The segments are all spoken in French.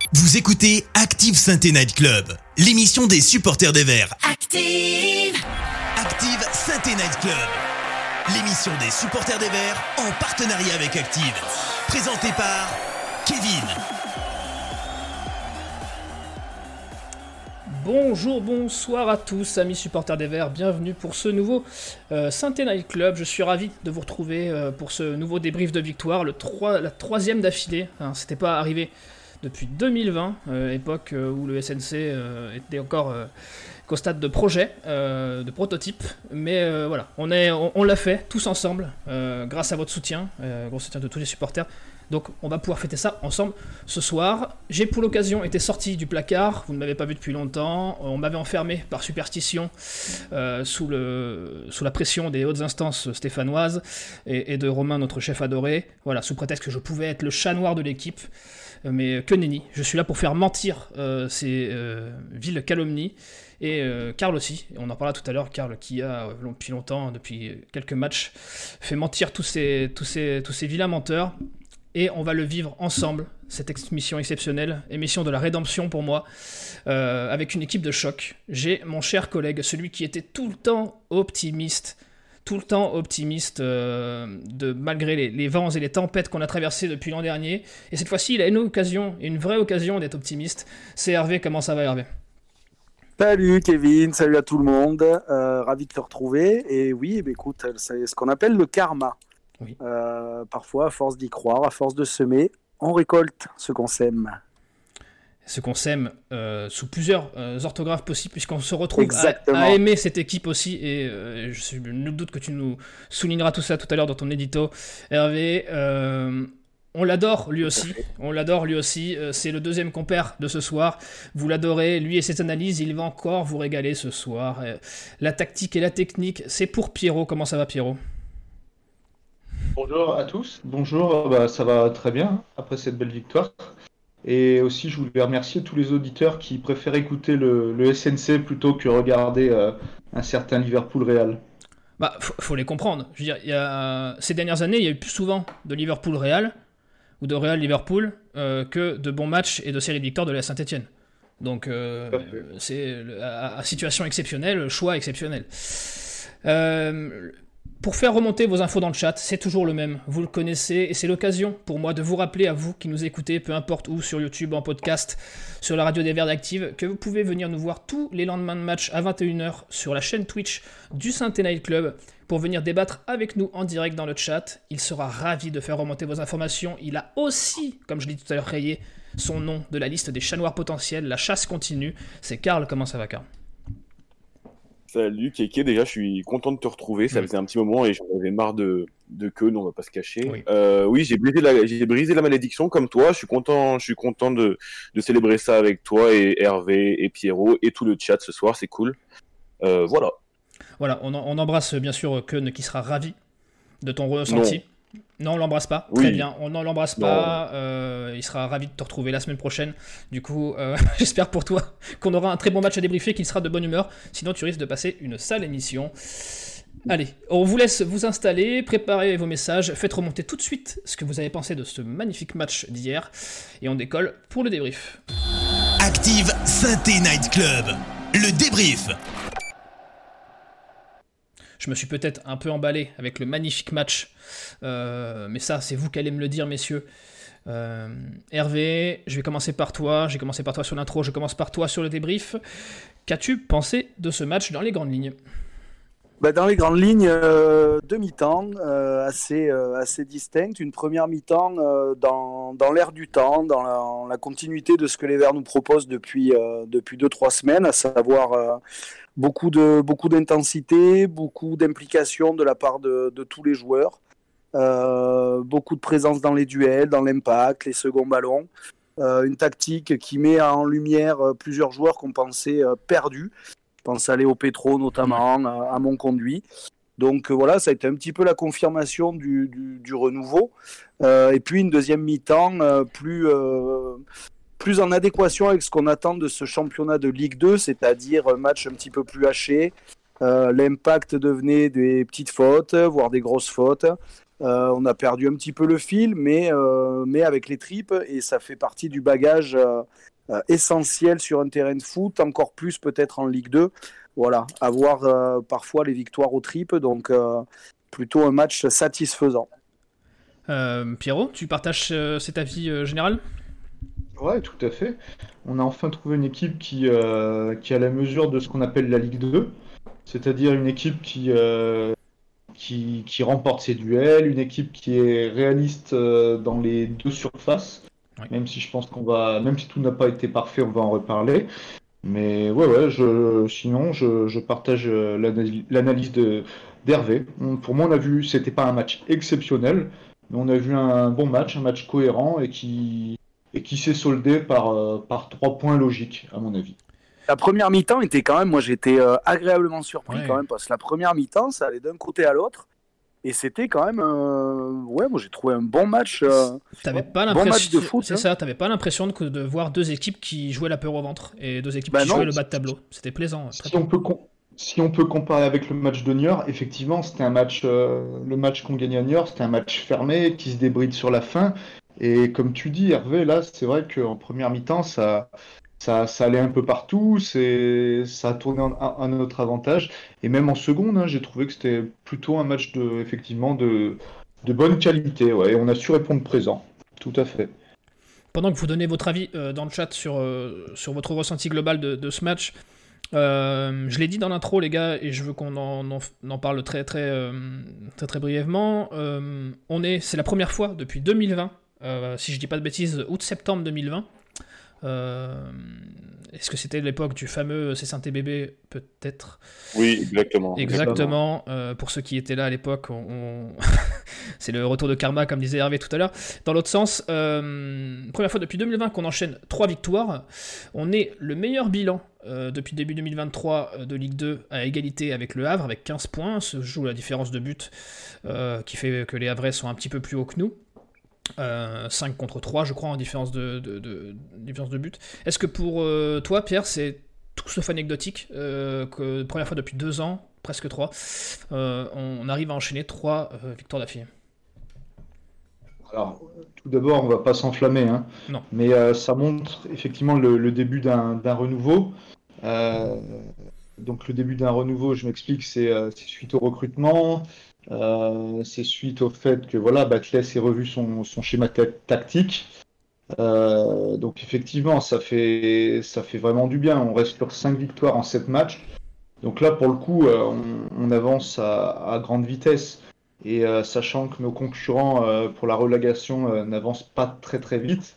Vous écoutez Active Saint-Étienne Night Club, l'émission des supporters des Verts. Active Saint-Étienne Night Club, l'émission des supporters des Verts en partenariat avec Active. Présentée par Kevin. Bonjour, bonsoir à tous, amis supporters des Verts. Bienvenue pour ce nouveau Saint-Étienne Night Club. Je suis ravi de vous retrouver pour ce nouveau débrief de victoire, la troisième d'affilée. C'était pas arrivé depuis 2020, époque où le SNC était encore qu'au stade de projet, de prototype. Mais voilà, on l'a fait tous ensemble, grâce à votre soutien, gros soutien de tous les supporters. Donc on va pouvoir fêter ça ensemble ce soir. J'ai pour l'occasion été sorti du placard, vous ne m'avez pas vu depuis longtemps, on m'avait enfermé par superstition sous la pression des hautes instances stéphanoises et de Romain, notre chef adoré, voilà, sous prétexte que je pouvais être le chat noir de l'équipe. Mais que nenni, je suis là pour faire mentir ces viles calomnies. Et Karl aussi, on en parlera tout à l'heure, Karl qui a depuis longtemps, depuis quelques matchs, fait mentir tous ces vilains menteurs. Et on va le vivre ensemble, cette émission exceptionnelle, émission de la rédemption pour moi, avec une équipe de choc. J'ai mon cher collègue, celui qui était tout le temps optimiste, malgré les vents et les tempêtes qu'on a traversés depuis l'an dernier. Et cette fois-ci, il a une vraie occasion d'être optimiste. C'est Hervé. Comment ça va, Hervé ? Salut Kevin, salut à tout le monde, ravi de te retrouver. Et oui, écoute, c'est ce qu'on appelle le karma. Oui. Parfois, à force d'y croire, à force de semer, on récolte ce qu'on sème. Ce qu'on sème sous plusieurs orthographes possibles, puisqu'on se retrouve à aimer cette équipe aussi. Et je ne doute que tu nous souligneras tout ça tout à l'heure dans ton édito, Hervé. On l'adore lui aussi, c'est le deuxième compère de ce soir, vous l'adorez, lui et ses analyses, il va encore vous régaler ce soir. La tactique et la technique, c'est pour Pierrot. Comment ça va, Pierrot ? Bonjour à tous, bonjour, ça va très bien après cette belle victoire. Et aussi, je voulais remercier tous les auditeurs qui préfèrent écouter le SNC plutôt que regarder un certain Liverpool-Real. Faut les comprendre. Je veux dire, ces dernières années, il y a eu plus souvent de Liverpool-Real ou de Real-Liverpool que de bons matchs et de séries de victoires de la Saint-Étienne. Donc, c'est à situation exceptionnelle, choix exceptionnel. Pour faire remonter vos infos dans le chat, c'est toujours le même, vous le connaissez, et c'est l'occasion pour moi de vous rappeler à vous qui nous écoutez, peu importe où, sur YouTube, en podcast, sur la radio des Verts d'Active, que vous pouvez venir nous voir tous les lendemains de match à 21h sur la chaîne Twitch du Saint-Étienne Night Club pour venir débattre avec nous en direct dans le chat. Il sera ravi de faire remonter vos informations. Il a aussi, comme je l'ai dit tout à l'heure, rayé son nom de la liste des chats noirs potentiels. La chasse continue. C'est Karl. Comment ça va, Karl ? Salut Kéké, déjà je suis content de te retrouver, ça faisait un petit moment et j'en avais marre de queue, on va pas se cacher. Oui, j'ai brisé la malédiction comme toi, je suis content de célébrer ça avec toi et Hervé et Pierrot et tout le chat ce soir, c'est cool. Voilà. Voilà, on embrasse bien sûr Keun qui sera ravi de ton ressenti. Non, on l'embrasse pas. Oui. Très bien, on n'en l'embrasse pas. Il sera ravi de te retrouver la semaine prochaine. Du coup, j'espère pour toi qu'on aura un très bon match à débriefer, qu'il sera de bonne humeur. Sinon, tu risques de passer une sale émission. Allez, on vous laisse vous installer, préparez vos messages, faites remonter tout de suite ce que vous avez pensé de ce magnifique match d'hier. Et on décolle pour le débrief. Active Saint-Étienne Night Club, le débrief. Je me suis peut-être un peu emballé avec le magnifique match, mais ça, c'est vous qui allez me le dire, messieurs. Hervé, je vais commencer par toi. J'ai commencé par toi sur l'intro, je commence par toi sur le débrief. Qu'as-tu pensé de ce match dans les grandes lignes ? Dans les grandes lignes, deux mi-temps assez distinctes. Une première mi-temps dans l'air du temps, dans la continuité de ce que les Verts nous proposent depuis 2-3 semaines, à savoir beaucoup d'intensité, beaucoup d'implication de la part de tous les joueurs, beaucoup de présence dans les duels, dans l'impact, les seconds ballons, une tactique qui met en lumière plusieurs joueurs qu'on pensait perdus. Je pense à Léo Petro notamment, à Monconduit. Donc voilà, ça a été un petit peu la confirmation du renouveau. Et puis une deuxième mi-temps plus en adéquation avec ce qu'on attend de ce championnat de Ligue 2, c'est-à-dire un match un petit peu plus haché. L'impact devenait des petites fautes, voire des grosses fautes. On a perdu un petit peu le fil, mais avec les tripes, et ça fait partie du bagage essentiel sur un terrain de foot, encore plus peut-être en Ligue 2. Voilà, avoir parfois les victoires aux tripes, donc plutôt un match satisfaisant. Pierrot, tu partages cet avis général ? Ouais, tout à fait. On a enfin trouvé une équipe qui est à la mesure de ce qu'on appelle la Ligue 2, c'est-à-dire une équipe qui remporte ses duels, une équipe qui est réaliste dans les deux surfaces, même si je pense même si tout n'a pas été parfait, on va en reparler. Mais ouais, sinon, je partage l'analyse d'Hervé. Pour moi, c'était pas un match exceptionnel, mais on a vu un bon match, un match cohérent et qui s'est soldé par 3 points logiques, à mon avis. La première mi-temps était quand même, moi j'étais agréablement surpris quand même, parce que la première mi-temps, ça allait d'un côté à l'autre. Et c'était quand même, moi j'ai trouvé un bon match. T'avais pas l'impression, bon match de foot. C'est ça, t'avais pas l'impression de voir deux équipes qui jouaient la peur au ventre et deux équipes qui jouaient le bas de tableau. C'était plaisant. Si on peut comparer avec le match de Niort, effectivement, c'était un match, le match qu'on gagnait à Niort, c'était un match fermé qui se débride sur la fin. Et comme tu dis, Hervé, là, c'est vrai qu'en première mi-temps, ça allait un peu partout, ça a tourné à notre avantage. Et même en seconde, j'ai trouvé que c'était plutôt un match effectivement de bonne qualité. Ouais, et on a su répondre présent, tout à fait. Pendant que vous donnez votre avis dans le chat sur votre ressenti global de ce match, je l'ai dit dans l'intro, les gars, et je veux qu'on en parle très brièvement. C'est la première fois depuis 2020, si je dis pas de bêtises, août-septembre 2020. Est-ce que c'était l'époque du fameux C'est Saint-TBB, peut-être? Oui, exactement. Pour ceux qui étaient là à l'époque, c'est le retour de karma, comme disait Hervé tout à l'heure. Dans l'autre sens, première fois depuis 2020 qu'on enchaîne 3 victoires. On est le meilleur bilan depuis début 2023 de Ligue 2 à égalité avec le Havre, avec 15 points. Se joue la différence de but qui fait que les Havrais sont un petit peu plus hauts que nous. 5 contre 3, je crois, en différence de but. Est-ce que pour toi, Pierre, c'est tout sauf anecdotique que première fois depuis 2 ans, presque 3, on arrive à enchaîner 3 victoires d'affilée? Alors, tout d'abord, on va pas s'enflammer, Non. Mais ça montre effectivement le début d'un renouveau. Donc le début d'un renouveau, je m'explique, c'est suite au recrutement. C'est suite au fait que Batles ait revu son schéma tactique. Donc effectivement, ça fait vraiment du bien. On reste sur 5 victoires en 7 matchs. Donc là, pour le coup, on avance à grande vitesse. Et sachant que nos concurrents pour la relégation n'avancent pas très très vite,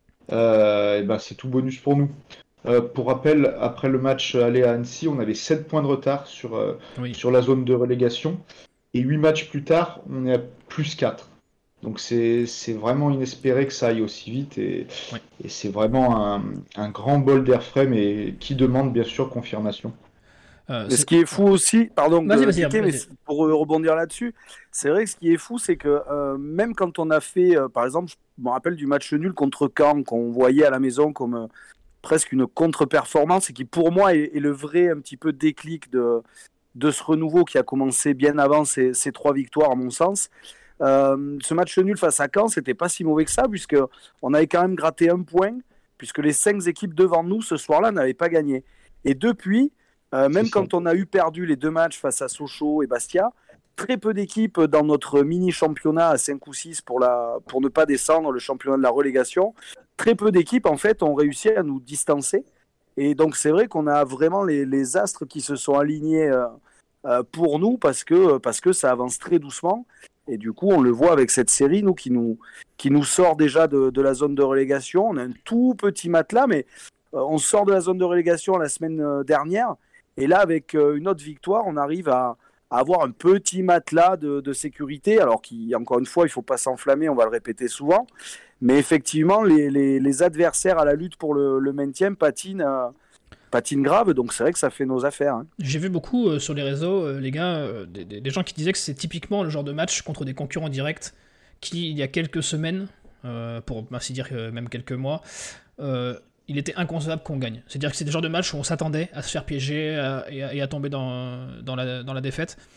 c'est tout bonus pour nous. Pour rappel, après le match aller à Annecy, on avait 7 points de retard sur la zone de relégation. Et 8 matchs plus tard, on est à plus 4. Donc c'est vraiment inespéré que ça aille aussi vite. Et c'est vraiment un grand bol d'air frais, mais qui demande bien sûr confirmation. Ce qui est fou aussi, pardon, mais pour rebondir là-dessus, c'est vrai que ce qui est fou, c'est que même quand on a fait, par exemple, je me rappelle du match nul contre Caen, qu'on voyait à la maison comme presque une contre-performance, et qui pour moi est le vrai un petit peu déclic de ce renouveau qui a commencé bien avant ces 3 victoires, à mon sens. Ce match nul face à Caen, c'était pas si mauvais que ça, puisqu'on avait quand même gratté 1 point, puisque les 5 équipes devant nous ce soir-là n'avaient pas gagné. Et depuis, même quand on a eu perdu les 2 matchs face à Sochaux et Bastia, très peu d'équipes dans notre mini-championnat à 5 ou 6 pour ne pas descendre le championnat de la relégation, très peu d'équipes en fait ont réussi à nous distancer. Et donc c'est vrai qu'on a vraiment les astres qui se sont alignés pour nous parce que ça avance très doucement. Et du coup, on le voit avec cette série qui nous sort déjà de la zone de relégation. On a un tout petit matelas, mais on sort de la zone de relégation la semaine dernière. Et là, avec une autre victoire, on arrive à avoir un petit matelas de sécurité. Alors encore une fois, il ne faut pas s'enflammer, on va le répéter souvent. Mais effectivement, les adversaires à la lutte pour le maintien patinent grave, donc c'est vrai que ça fait nos affaires. J'ai vu beaucoup sur les réseaux, les gars, des gens qui disaient que c'est typiquement le genre de match contre des concurrents directs qui, il y a quelques semaines, pour ainsi dire même quelques mois, il était inconcevable qu'on gagne. C'est-à-dire que c'est des genres de matchs où on s'attendait à se faire piéger et à tomber dans la défaite.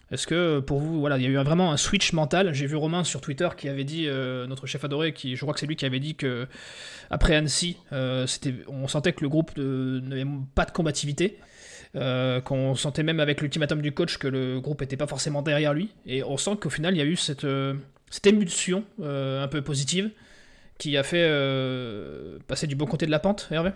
Est-ce que pour vous, voilà, il y a eu vraiment un switch mental? J'ai vu Romain sur Twitter qui avait dit, notre chef adoré, je crois que c'est lui qui avait dit que après Annecy, on sentait que le groupe n'avait pas de combativité, qu'on sentait même avec l'ultimatum du coach que le groupe n'était pas forcément derrière lui, et on sent qu'au final il y a eu cette émulsion un peu positive qui a fait passer du bon côté de la pente, Hervé?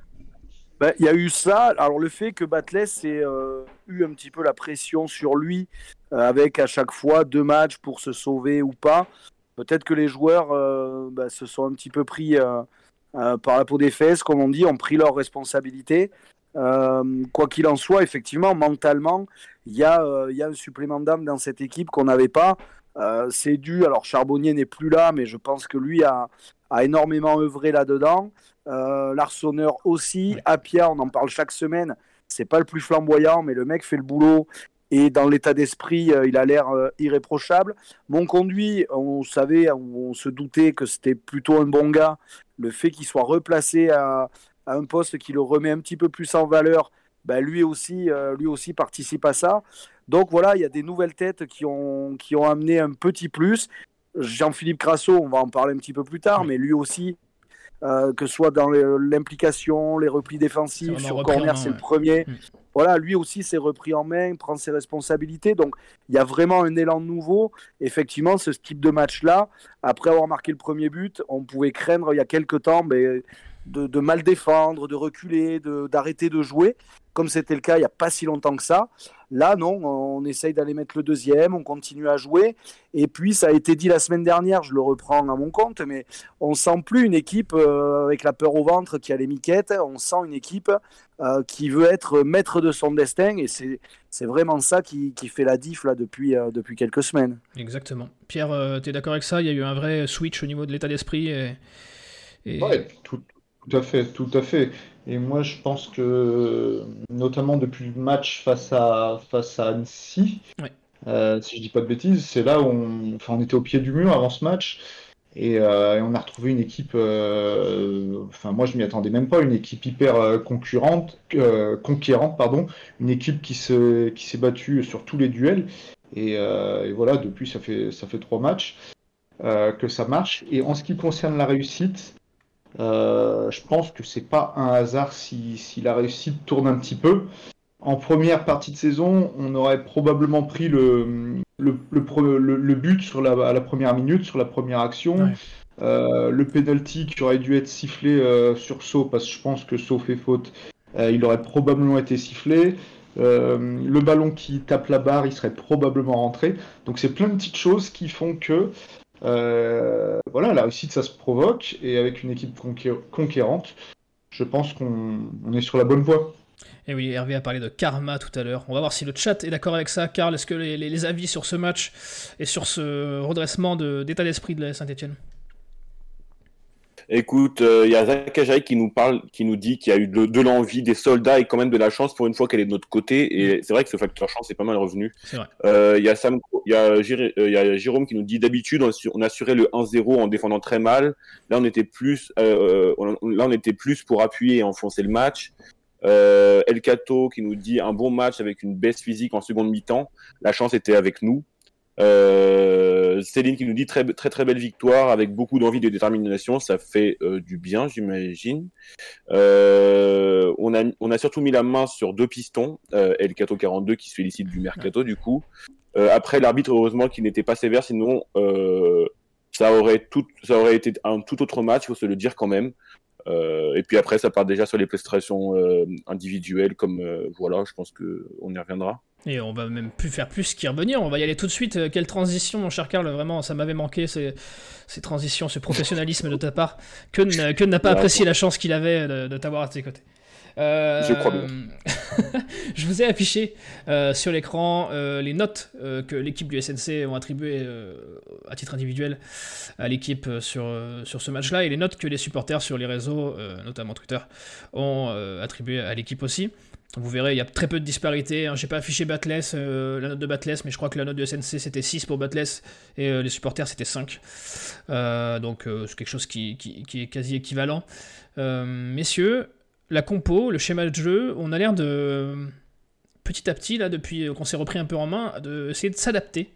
Il y a eu ça. Alors le fait que Batles ait eu un petit peu la pression sur lui, avec à chaque fois 2 matchs pour se sauver ou pas, peut-être que les joueurs se sont un petit peu pris par la peau des fesses, comme on dit, ont pris leurs responsabilités. Quoi qu'il en soit, effectivement, mentalement, il y a un supplément d'âme dans cette équipe qu'on n'avait pas. C'est dû, alors Charbonnier n'est plus là, mais je pense que lui a énormément œuvré là-dedans. Larsonneur aussi. Ouais. Apia, on en parle chaque semaine. C'est pas le plus flamboyant, mais le mec fait le boulot. Et dans l'état d'esprit, il a l'air irréprochable. Monconduit, on savait, on se doutait que c'était plutôt un bon gars. Le fait qu'il soit replacé à un poste qui le remet un petit peu plus en valeur, lui aussi participe à ça. Donc voilà, il y a des nouvelles têtes qui ont amené un petit plus. Jean-Philippe Crasso, on va en parler un petit peu plus tard, mais lui aussi, que ce soit dans l'implication, les replis défensifs, sur corner, c'est le premier. Voilà, lui aussi s'est repris en main, prend ses responsabilités. Donc, il y a vraiment un élan nouveau. Effectivement, ce type de match-là, après avoir marqué le premier but, on pouvait craindre il y a quelques temps de mal défendre, de reculer, d'arrêter de jouer, comme c'était le cas il n'y a pas si longtemps que ça. Là, non, on essaye d'aller mettre le deuxième, on continue à jouer. Et puis, ça a été dit la semaine dernière, je le reprends à mon compte, mais on sent plus une équipe avec la peur au ventre qui a les miquettes. On sent une équipe qui veut être maître de son destin. Et c'est vraiment ça qui fait la diff là, depuis quelques semaines. Exactement. Pierre, tu es d'accord avec ça? Il y a eu un vrai switch au niveau de l'état d'esprit Ouais, tout à fait. Et moi, je pense que, notamment depuis le match face à Annecy, si je dis pas de bêtises, c'est là où on était au pied du mur avant ce match, et on a retrouvé une équipe, moi je m'y attendais même pas, une équipe hyper conquérante, une équipe qui s'est battue sur tous les duels, et voilà, depuis ça fait 3 matchs que ça marche. Et en ce qui concerne la réussite, je pense que c'est pas un hasard si la réussite tourne un petit peu. En première partie de saison, on aurait probablement pris le but à la première minute, sur la première action. Ouais. Le penalty qui aurait dû être sifflé sur Sceaux, parce que je pense que Sceaux fait faute, il aurait probablement été sifflé. Le ballon qui tape la barre, il serait probablement rentré. Donc c'est plein de petites choses qui font que voilà, la réussite, ça se provoque, et avec une équipe conquérante, je pense qu'on est sur la bonne voie. Et oui, Hervé a parlé de karma tout à l'heure. On va voir si le chat est d'accord avec ça. Karl, est-ce que les avis sur ce match et sur ce redressement d'état d'esprit de Saint-Etienne? Écoute, il y a Zach Ajaï qui nous dit qu'il y a eu de l'envie, des soldats et quand même de la chance pour une fois qu'elle est de notre côté. Et c'est vrai que ce facteur chance est pas mal revenu. C'est vrai. Il y a Jérôme qui nous dit d'habitude on assurait le 1-0 en défendant très mal. Là on était plus pour appuyer et enfoncer le match. El Cato qui nous dit un bon match avec une baisse physique en seconde mi-temps. La chance était avec nous. Céline qui nous dit très très belle victoire avec beaucoup d'envie de détermination, ça fait du bien, j'imagine. On a surtout mis la main sur 2 pistons, El Cato 42 qui se félicite du mercato du coup. Après l'arbitre, heureusement qu'il n'était pas sévère, sinon ça aurait été un tout autre match, il faut se le dire quand même. Et puis après ça part déjà sur les prestations individuelles, comme voilà, je pense qu'on y reviendra. Et on va même plus faire plus qu'y revenir, on va y aller tout de suite. Quelle transition, mon cher Karl, vraiment, ça m'avait manqué, ces transitions, ce professionnalisme de ta part. Que n'a pas apprécié la chance qu'il avait de t'avoir à tes côtés. Je crois bien. Je vous ai affiché sur l'écran les notes que l'équipe du SNC ont attribuées à titre individuel à l'équipe sur ce match-là, et les notes que les supporters sur les réseaux, notamment Twitter, ont attribuées à l'équipe aussi. Vous verrez, il y a très peu de disparités. J'ai pas affiché Batles, la note de Batles, mais je crois que la note de SNC c'était 6 pour Batles et les supporters c'était 5. Donc c'est quelque chose qui est quasi équivalent. Messieurs, la compo, le schéma de jeu, on a l'air de petit à petit, là, depuis qu'on s'est repris un peu en main, d'essayer de s'adapter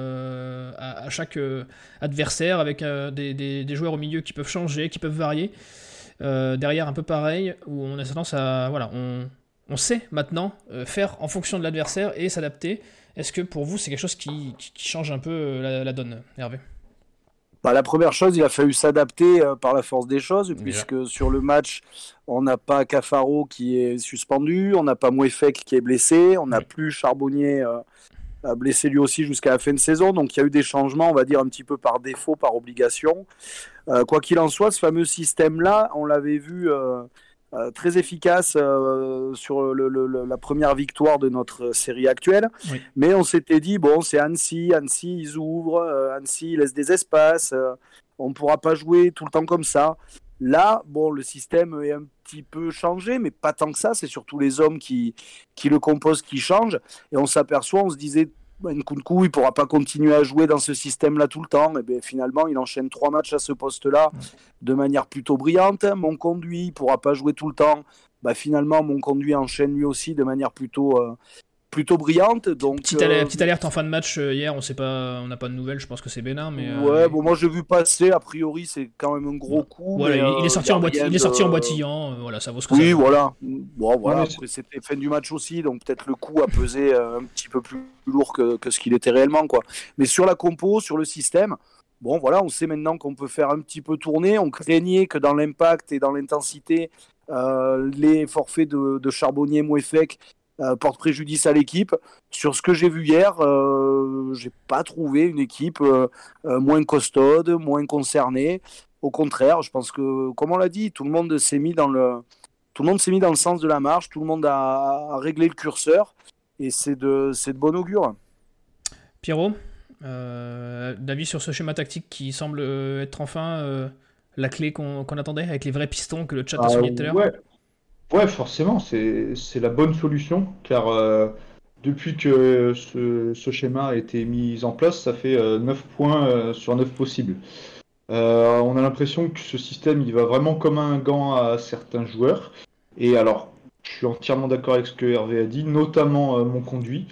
à chaque adversaire, avec des joueurs au milieu qui peuvent changer, qui peuvent varier. Derrière, un peu pareil, où on a tendance à... Voilà, on sait maintenant faire en fonction de l'adversaire et s'adapter. Est-ce que pour vous, c'est quelque chose qui change un peu la donne, Hervé ? La première chose, il a fallu s'adapter par la force des choses, puisque sur le match, on n'a pas Cafaro qui est suspendu, on n'a pas Mouefek qui est blessé, on n'a plus Charbonnier blessé lui aussi jusqu'à la fin de saison, donc il y a eu des changements, on va dire un petit peu par défaut, par obligation. Quoi qu'il en soit, ce fameux système-là, on l'avait vu très efficace sur la première victoire de notre série actuelle, mais on s'était dit, bon, c'est Annecy, ils ouvrent, Annecy laisse des espaces, on ne pourra pas jouer tout le temps comme ça. Là, bon, le système est un petit peu changé, mais pas tant que ça, c'est surtout les hommes qui le composent qui changent, et on s'aperçoit, on se disait, Nkunku, il ne pourra pas continuer à jouer dans ce système-là tout le temps. Et bien, finalement, il enchaîne 3 matchs à ce poste-là de manière plutôt brillante. Monconduit, il ne pourra pas jouer tout le temps. Finalement, Monconduit enchaîne lui aussi de manière plutôt brillante. Donc, petite alerte en fin de match hier, on n'a pas de nouvelles, je pense que c'est bénin. Mais, moi j'ai vu passer, a priori c'est quand même un gros coup. Voilà, il est sorti en boitillant, voilà, ça vaut ce que ça vaut. Oui, voilà. Bon, voilà. Après, c'était fin du match aussi, donc peut-être le coup a pesé un petit peu plus lourd que ce qu'il était réellement, quoi. Mais sur la compo, sur le système, bon voilà, on sait maintenant qu'on peut faire un petit peu tourner. On craignait que dans l'impact et dans l'intensité, les forfaits de Charbonnier, Mouefek porte préjudice à l'équipe. Sur ce que j'ai vu hier, j'ai pas trouvé une équipe moins costaude, moins concernée. Au contraire, je pense que, comme on l'a dit, tout le monde s'est mis dans le sens de la marche, tout le monde a réglé le curseur, et c'est de bon augure. Pierrot, d'avis sur ce schéma tactique qui semble être enfin la clé qu'on attendait, avec les vrais pistons que le chat a souligné tout à l'heure. Ouais, forcément, c'est la bonne solution, car depuis que ce schéma a été mis en place, ça fait 9 points sur 9 possibles. On a l'impression que ce système, il va vraiment comme un gant à certains joueurs. Et alors, je suis entièrement d'accord avec ce que Hervé a dit, notamment Monconduit,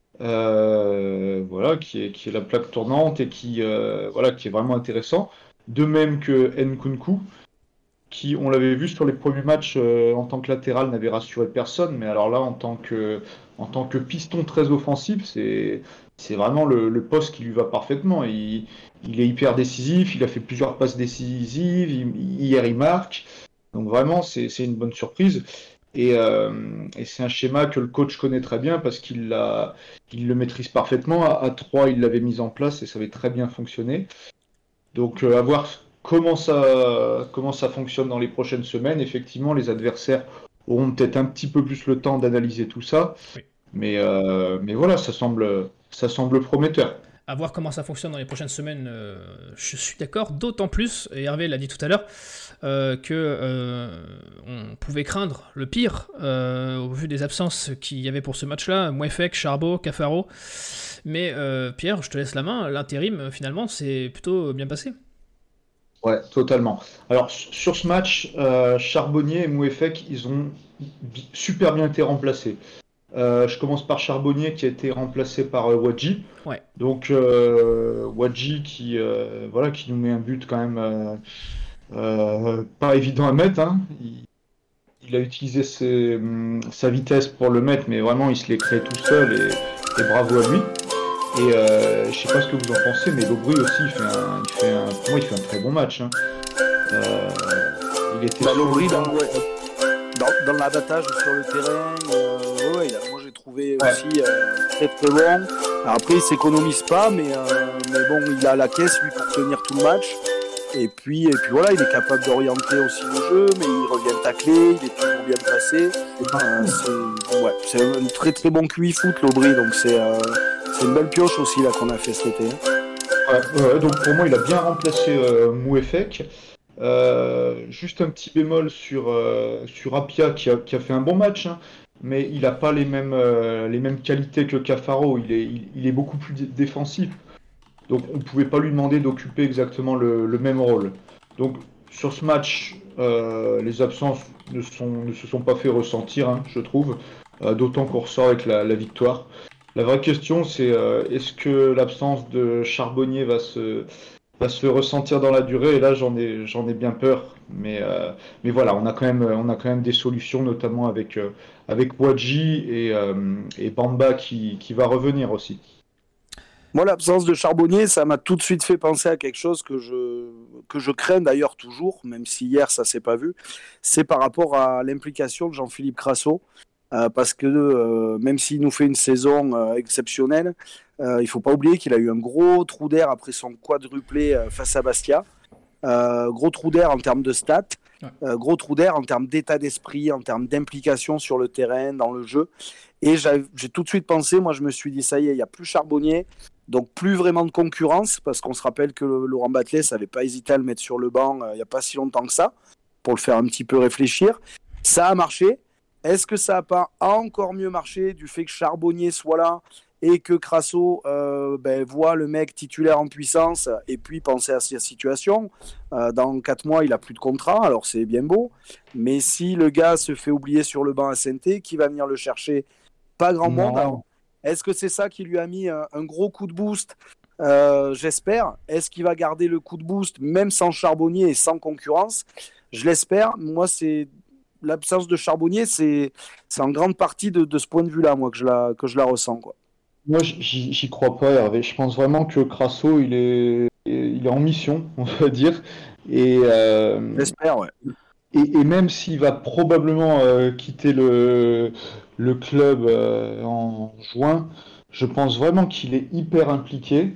qui est la plaque tournante et qui est vraiment intéressant. De même que Nkunku, qui, on l'avait vu sur les premiers matchs en tant que latéral, n'avait rassuré personne, mais alors là, en tant que piston très offensif, c'est vraiment le poste qui lui va parfaitement. Il est hyper décisif, il a fait plusieurs passes décisives, hier il marque, donc vraiment c'est une bonne surprise. Et c'est un schéma que le coach connaît très bien parce qu'il le maîtrise parfaitement. À 3, il l'avait mis en place et ça avait très bien fonctionné. Donc à voir comment ça fonctionne dans les prochaines semaines. Effectivement, les adversaires auront peut-être un petit peu plus le temps d'analyser tout ça. Oui. Mais voilà, ça semble prometteur. À voir comment ça fonctionne dans les prochaines semaines, je suis d'accord, d'autant plus, et Hervé l'a dit tout à l'heure, qu'on pouvait craindre le pire au vu des absences qu'il y avait pour ce match-là, Mouefek, Charbot, Cafaro. Mais Pierre, je te laisse la main, l'intérim finalement c'est plutôt bien passé. Ouais, totalement. Alors sur ce match, Charbonnier et Mouefek, ils ont super bien été remplacés. Je commence par Charbonnier qui a été remplacé par Wadji. Ouais. Donc Wadji qui nous met un but quand même pas évident à mettre. Hein. Il a utilisé sa vitesse pour le mettre, mais vraiment il se l'est créé tout seul et bravo à lui. Et je sais pas ce que vous en pensez, mais Lobry aussi il fait un très bon match. Hein. Il était Lobry dans l'abattage sur le terrain, moi j'ai trouvé aussi très très bon. Alors après il s'économise pas, mais bon, il a la caisse lui pour tenir tout le match. Et puis voilà, il est capable d'orienter aussi le jeu, mais il revient tacler, il est toujours bien placé. C'est un très très bon QI foot, Lobry, donc c'est une belle pioche aussi là qu'on a fait cet été. Ouais, donc pour moi il a bien remplacé Mouefek. Juste un petit bémol sur Apia qui a fait un bon match, hein, mais il n'a pas les mêmes qualités que Cafaro. Il est beaucoup plus défensif. Donc on ne pouvait pas lui demander d'occuper exactement le même rôle. Donc sur ce match, les absences ne se sont pas fait ressentir, hein, je trouve. d'autant qu'on ressort avec la victoire. La vraie question, c'est est-ce que l'absence de Charbonnier va se ressentir dans la durée? Et là, j'en ai bien peur. Mais voilà, on a quand même des solutions, notamment avec Wadji et Bamba qui va revenir aussi. Moi, l'absence de Charbonnier, ça m'a tout de suite fait penser à quelque chose que je crains d'ailleurs toujours, même si hier ça s'est pas vu. C'est par rapport à l'implication de Jean-Philippe Crasso. Parce que même s'il nous fait une saison exceptionnelle, il faut pas oublier qu'il a eu un gros trou d'air après son quadruplé face à Bastia. Gros trou d'air en termes de stats, gros trou d'air en termes d'état d'esprit, en termes d'implication sur le terrain, dans le jeu. Et j'ai tout de suite pensé, moi je me suis dit, ça y est, il n'y a plus Charbonnier, donc plus vraiment de concurrence, parce qu'on se rappelle que Laurent Batles n'avait pas hésité à le mettre sur le banc il n'y a pas si longtemps que ça, pour le faire un petit peu réfléchir. Ça a marché. Est-ce que ça n'a pas encore mieux marché du fait que Charbonnier soit là et que Crasso voit le mec titulaire en puissance et puis penser à sa situation? Dans 4 mois, il n'a plus de contrat, alors c'est bien beau. Mais si le gars se fait oublier sur le banc à Saint-Étienne, qui va venir le chercher? Pas grand monde. Alors, est-ce que c'est ça qui lui a mis un gros coup de boost? J'espère. Est-ce qu'il va garder le coup de boost même sans Charbonnier et sans concurrence? Je l'espère. Moi, c'est... L'absence de Charbonnier, c'est en grande partie de ce point de vue-là, moi, que je la ressens, quoi. Moi, j'y crois pas, Hervé. Je pense vraiment que Crasso, il est en mission, on va dire. Et, j'espère, ouais. Et même s'il va probablement quitter le club en juin, je pense vraiment qu'il est hyper impliqué.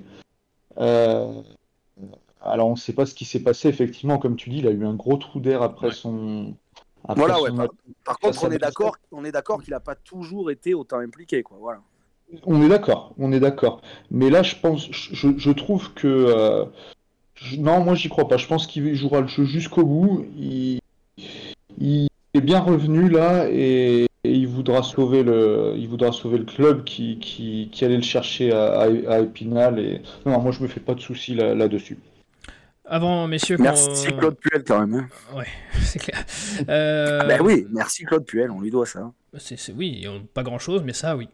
Alors, on ne sait pas ce qui s'est passé, effectivement, comme tu dis, il a eu un gros trou d'air après son... Voilà, ouais. Par contre, on est d'accord qu'il n'a pas toujours été autant impliqué, quoi. Voilà. On est d'accord. Mais là, je trouve que non, moi j'y crois pas. Je pense qu'il jouera le jeu jusqu'au bout. Il est bien revenu là et il voudra sauver le club qui allait le chercher à Épinal. Et non, moi je me fais pas de soucis là-dessus. Avant, messieurs... Merci Claude Puel quand même. Ouais, c'est clair. Ben oui, merci Claude Puel, on lui doit ça. Oui, pas grand-chose, mais ça, oui.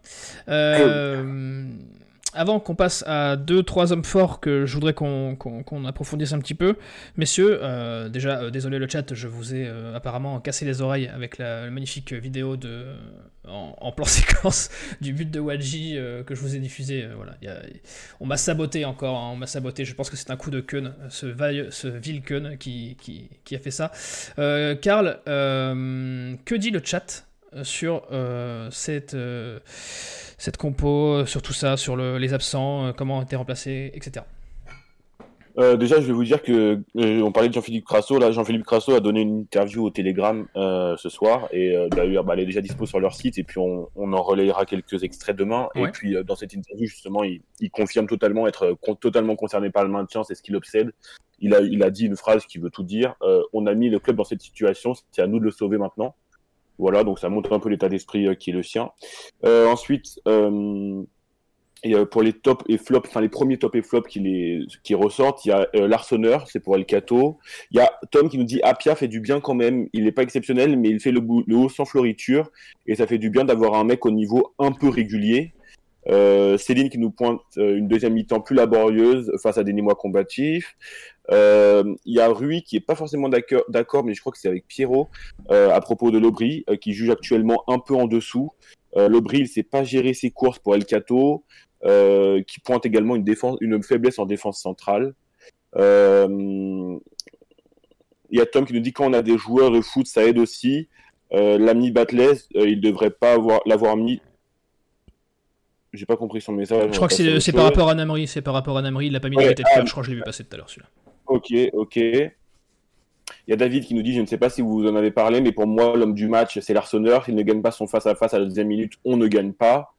Avant qu'on passe à 2-3 hommes forts que je voudrais qu'on approfondisse un petit peu, messieurs, déjà, désolé le chat, je vous ai apparemment cassé les oreilles avec la magnifique vidéo en plan séquence du but de Wadji que je vous ai diffusé. Voilà, on m'a saboté encore, hein, je pense que c'est un coup de Keun, ce vil Keun qui a fait ça. Karl, que dit le chat sur cette compo, sur tout ça, sur les absents, comment ont été remplacés, etc. Déjà, je vais vous dire que on parlait de Jean-Philippe Crasso. Là, Jean-Philippe Crasso a donné une interview au Telegram ce soir et d'ailleurs, elle est déjà dispo sur leur site et puis on en relayera quelques extraits demain. Ouais. Et puis dans cette interview, justement, il confirme totalement être totalement concerné par le maintien, c'est ce qui l'obsède. Il a dit une phrase qui veut tout dire. On a mis le club dans cette situation, c'est à nous de le sauver maintenant. Voilà, donc ça montre un peu l'état d'esprit qui est le sien. Ensuite, pour les top et flop, enfin les premiers top et flop qui ressortent, il y a l'Arseneur, c'est pour El Cato. Il y a Tom qui nous dit Apia fait du bien quand même. Il n'est pas exceptionnel, mais il fait le haut sans floriture et ça fait du bien d'avoir un mec au niveau un peu régulier. Céline qui nous pointe une deuxième mi-temps plus laborieuse face à des Nîmois combatifs. Il y a Rui qui est pas forcément d'accord, mais je crois que c'est avec Pierrot à propos de Lobry qui juge actuellement un peu en dessous. Lobry il sait pas gérer ses courses pour El Cato, qui pointe également une faiblesse en défense centrale. Il y a Tom qui nous dit quand on a des joueurs de foot ça aide aussi. L'ami Batles il devrait pas l'avoir mis. J'ai pas compris son message. Je crois que c'est par rapport à Namri. C'est par rapport à Namri. Il l'a pas mis dans le tête. Je crois que je l'ai vu passer tout à l'heure celui-là. Ok. Il y a David qui nous dit, je ne sais pas si vous en avez parlé, mais pour moi, l'homme du match, c'est l'Arseneur. S'il ne gagne pas son face-à-face à la deuxième minute, on ne gagne pas.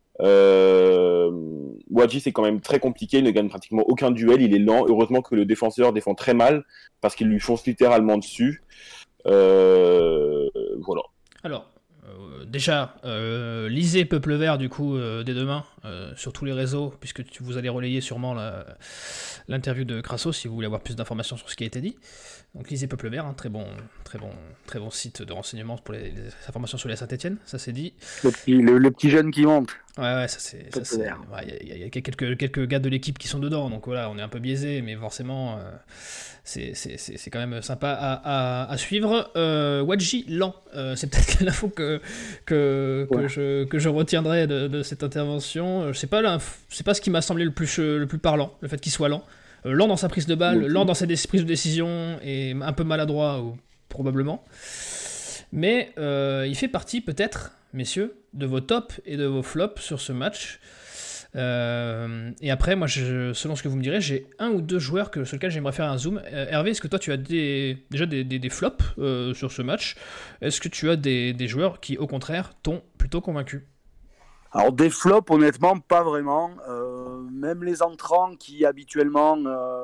Wadji, c'est quand même très compliqué. Il ne gagne pratiquement aucun duel. Il est lent. Heureusement que le défenseur défend très mal parce qu'il lui fonce littéralement dessus. Voilà. Alors, déjà, lisez Peuple Vert du coup dès demain sur tous les réseaux, puisque vous allez relayer sûrement l'interview de Crasso si vous voulez avoir plus d'informations sur ce qui a été dit. Donc lisez Peuple Vert, très bon site de renseignement pour les informations sur les Saint-Etienne, ça c'est dit. Le petit jeune qui monte. Ouais, ça c'est. Il y a quelques gars de l'équipe qui sont dedans, donc voilà, on est un peu biaisé, mais forcément, c'est quand même sympa à suivre. Wadji Lan, c'est peut-être l'info que je retiendrai de cette intervention. C'est pas ce qui m'a semblé le plus parlant, le fait qu'il soit lent. Lent dans sa prise de balle, lent dans ses prises de décision et un peu maladroit, probablement. Mais il fait partie peut-être, messieurs, de vos tops et de vos flops sur ce match. Et après, moi, selon ce que vous me direz, j'ai un ou deux joueurs sur lesquels j'aimerais faire un zoom. Hervé, est-ce que toi, tu as déjà des flops sur ce match ? Est-ce que tu as des joueurs qui, au contraire, t'ont plutôt convaincu ? Alors des flops, honnêtement, pas vraiment. Même les entrants qui habituellement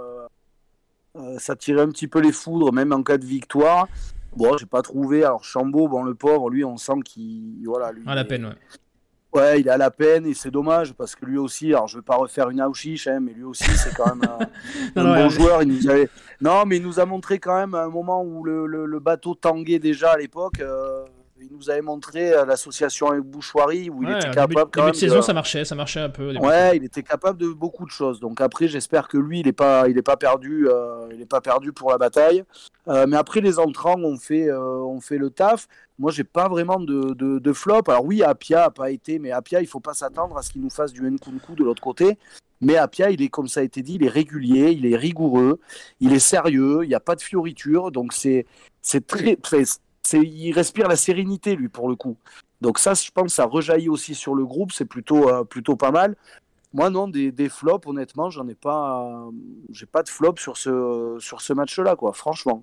s'attiraient un petit peu les foudres, même en cas de victoire. Bon, j'ai pas trouvé. Alors Chambaud, le pauvre, lui, on sent qu'il à la peine, ouais. Ouais, il est à la peine et c'est dommage parce que lui aussi, alors je vais pas refaire une Auchiche, mais lui aussi c'est quand même un bon joueur. Il nous a montré quand même à un moment où le bateau tanguait déjà à l'époque. Il nous avait montré l'association avec Bouchoirie où il était capable début de saison, ça marchait un peu. Il était capable de beaucoup de choses. Donc après, j'espère que lui, il est pas perdu pour la bataille. Mais après, les entrants ont fait le taf. Moi, j'ai pas vraiment de flop. Alors oui, Apia a pas été, mais Apia, il faut pas s'attendre à ce qu'il nous fasse du Nkunku de l'autre côté. Mais Apia, il est, comme ça a été dit, il est régulier, il est rigoureux, il est sérieux, il n'y a pas de fioriture. Donc c'est très il respire la sérénité, lui, pour le coup. Donc ça, je pense, ça rejaillit aussi sur le groupe. C'est plutôt pas mal. Moi, non, des flops, honnêtement, j'ai pas de flop sur ce match-là, quoi, franchement.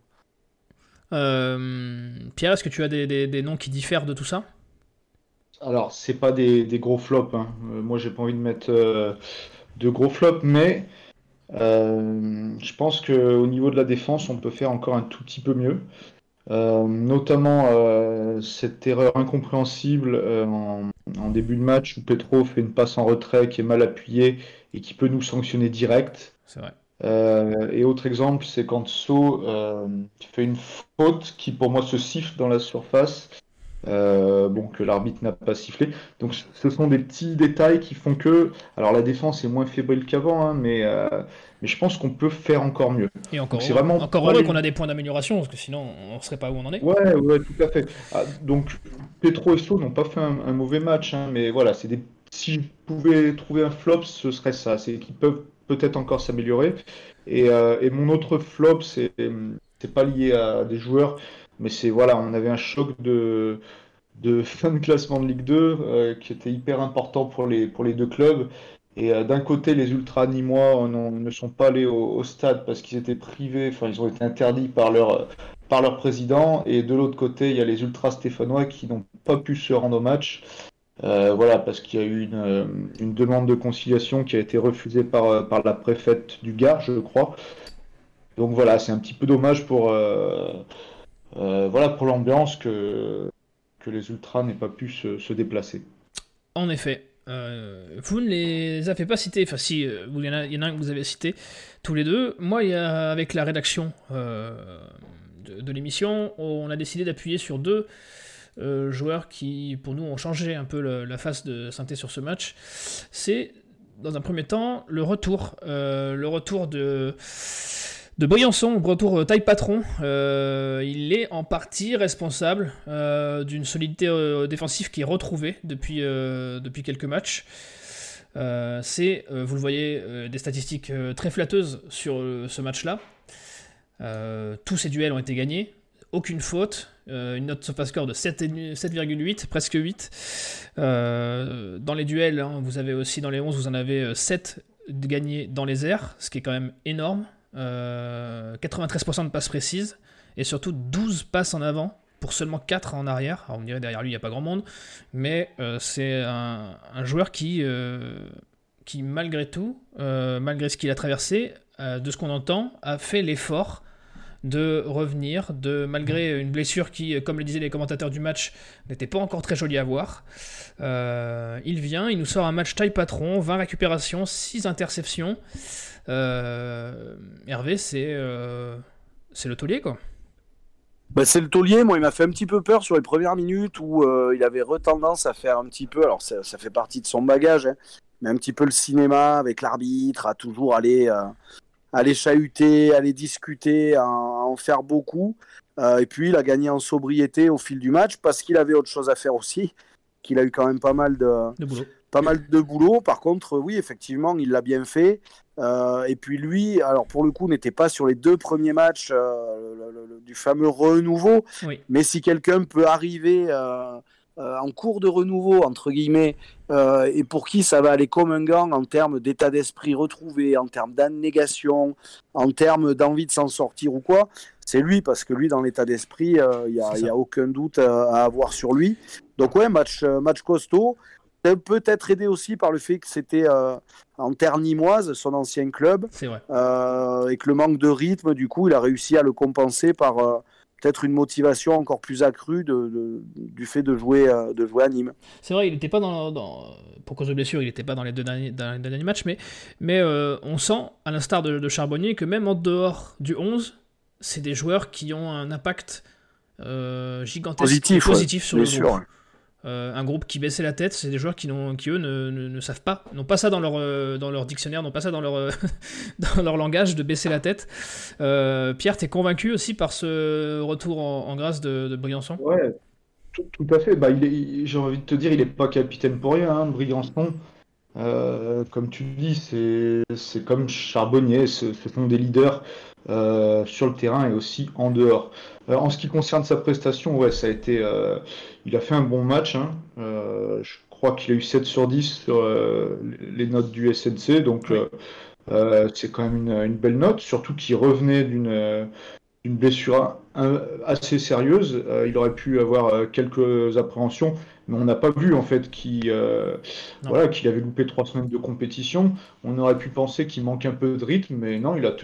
Pierre, est-ce que tu as des noms qui diffèrent de tout ça ? Alors, c'est pas des gros flops. Moi, j'ai pas envie de mettre de gros flops, mais je pense qu'au niveau de la défense, on peut faire encore un tout petit peu mieux. Notamment cette erreur incompréhensible en début de match où Petro fait une passe en retrait qui est mal appuyée et qui peut nous sanctionner direct. C'est vrai. Et autre exemple, c'est quand So fait une faute qui pour moi se siffle dans la surface, que l'arbitre n'a pas sifflé. Donc ce sont des petits détails qui font que, alors la défense est moins fébrile qu'avant, mais je pense qu'on peut faire encore mieux. Et encore heureux qu'on a des points d'amélioration, parce que sinon on ne serait pas où on en est. Ouais, tout à fait. Donc Petro et So n'ont pas fait un mauvais match, mais voilà, si je pouvais trouver un flop, ce serait ça. C'est qu'ils peuvent peut-être encore s'améliorer. Et mon autre flop, c'est pas lié à des joueurs, mais on avait un choc de fin de classement de Ligue 2 qui était hyper important pour les deux clubs. Et d'un côté, les ultras nîmois ne sont pas allés au stade parce qu'ils étaient privés, ils ont été interdits par leur président. Et de l'autre côté, il y a les ultras stéphanois qui n'ont pas pu se rendre au match. Parce qu'il y a eu une demande de conciliation qui a été refusée par la préfète du Gard, je crois. Donc voilà, c'est un petit peu dommage pour l'ambiance que les ultras n'aient pas pu se déplacer. En effet. Vous ne les avez pas cités, enfin si, il y en a un que vous avez cité tous les deux. Moi, avec la rédaction de l'émission, on a décidé d'appuyer sur deux joueurs qui, pour nous, ont changé un peu la face de Saint-Étienne sur ce match. C'est, dans un premier temps, le retour de Briançon, retour taille patron. Il est en partie responsable d'une solidité défensive qui est retrouvée depuis quelques matchs. C'est, vous le voyez, des statistiques très flatteuses sur ce match-là. Tous ces duels ont été gagnés, aucune faute, une note SofaScore de 7,8, presque 8. Dans les duels, vous avez aussi dans les 11, vous en avez 7 gagnés dans les airs, ce qui est quand même énorme. 93% de passes précises et surtout 12 passes en avant pour seulement 4 en arrière. Alors on me dirait derrière lui il n'y a pas grand monde, mais c'est un joueur qui malgré tout, malgré ce qu'il a traversé, de ce qu'on entend, a fait l'effort de revenir, malgré une blessure qui, comme le disaient les commentateurs du match, n'était pas encore très jolie à voir. Il vient, il nous sort un match taille patron, 20 récupérations, 6 interceptions. Hervé, c'est le taulier, quoi. Bah, c'est le taulier. Moi, il m'a fait un petit peu peur sur les premières minutes où il avait tendance à faire un petit peu, alors ça fait partie de son bagage, hein, mais un petit peu le cinéma avec l'arbitre, à toujours aller chahuter, aller discuter, à en faire beaucoup. Et puis, il a gagné en sobriété au fil du match parce qu'il avait autre chose à faire aussi, qu'il a eu quand même pas mal de boulot. Par contre, oui, effectivement, il l'a bien fait. Et puis lui, alors pour le coup, n'était pas sur les 2 premiers matchs du fameux renouveau. Oui. Mais si quelqu'un peut arriver en cours de renouveau, entre guillemets, et pour qui ça va aller comme un gant en termes d'état d'esprit retrouvé, en termes d'abnégation, en termes d'envie de s'en sortir ou quoi, c'est lui, parce que lui, dans l'état d'esprit, il y a aucun doute à avoir sur lui. Donc ouais, match costaud. Peut-être aidé aussi par le fait que c'était en terre nimoise, son ancien club. C'est vrai. Et que le manque de rythme, du coup, il a réussi à le compenser par peut-être une motivation encore plus accrue du fait de jouer à Nîmes. C'est vrai, il n'était pas pour cause de blessure, il n'était pas dans les deux derniers matchs, mais on sent, à l'instar de Charbonnier, que même en dehors du 11, c'est des joueurs qui ont un impact gigantesque positif sur le groupe. Un groupe qui baissait la tête, c'est des joueurs qui eux ne savent pas, n'ont pas ça dans leur dictionnaire, n'ont pas ça dans leur dans leur langage de baisser la tête. Pierre, t'es convaincu aussi par ce retour en grâce de Briançon ? Ouais, tout à fait. J'ai envie de te dire, il n'est pas capitaine pour rien, hein, Briançon. Comme tu dis, c'est comme Charbonnier, ce sont des leaders sur le terrain et aussi en dehors. En ce qui concerne sa prestation, ouais, ça a été, il a fait un bon match, hein. Je crois qu'il a eu 7 sur 10 sur les notes du SNC, donc c'est quand même une belle note, surtout qu'il revenait d'une blessure assez sérieuse. Il aurait pu avoir quelques appréhensions, mais on n'a pas vu en fait qu'il avait loupé 3 semaines de compétition. On aurait pu penser qu'il manque un peu de rythme, mais non, il a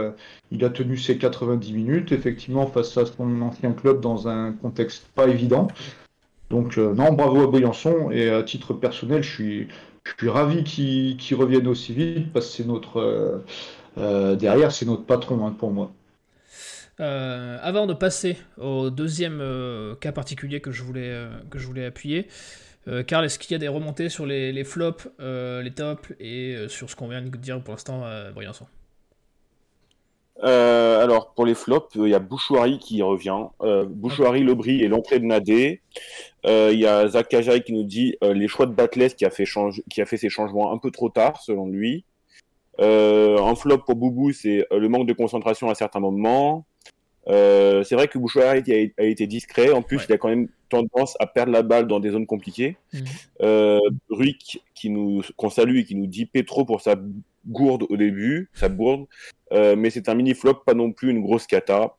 tenu ses 90 minutes, effectivement, face à son ancien club dans un contexte pas évident. Donc non, bravo à Briançon, et à titre personnel, je suis ravi qu'il revienne aussi vite, parce que c'est notre derrière, c'est notre patron, hein, pour moi. Avant de passer au deuxième cas particulier que je voulais appuyer, Karl, est-ce qu'il y a des remontées sur les flops, les tops et sur ce qu'on vient de dire pour l'instant à Briançon ? Alors pour les flops, il y a Bouchouari qui revient. Bouchouari, Lebris et l'entrée de Nadé. Il y a Zach Kajaï qui nous dit les choix de Batles qui a fait ses changements un peu trop tard selon lui. En flop pour Boubou, c'est le manque de concentration à certains moments. C'est vrai que Bouchouari a été discret. En plus, il a quand même tendance à perdre la balle dans des zones compliquées. Ruick, qu'on salue et qui nous dit Petro pour sa gourde au début, sa bourde. Mais c'est un mini flop, pas non plus une grosse cata.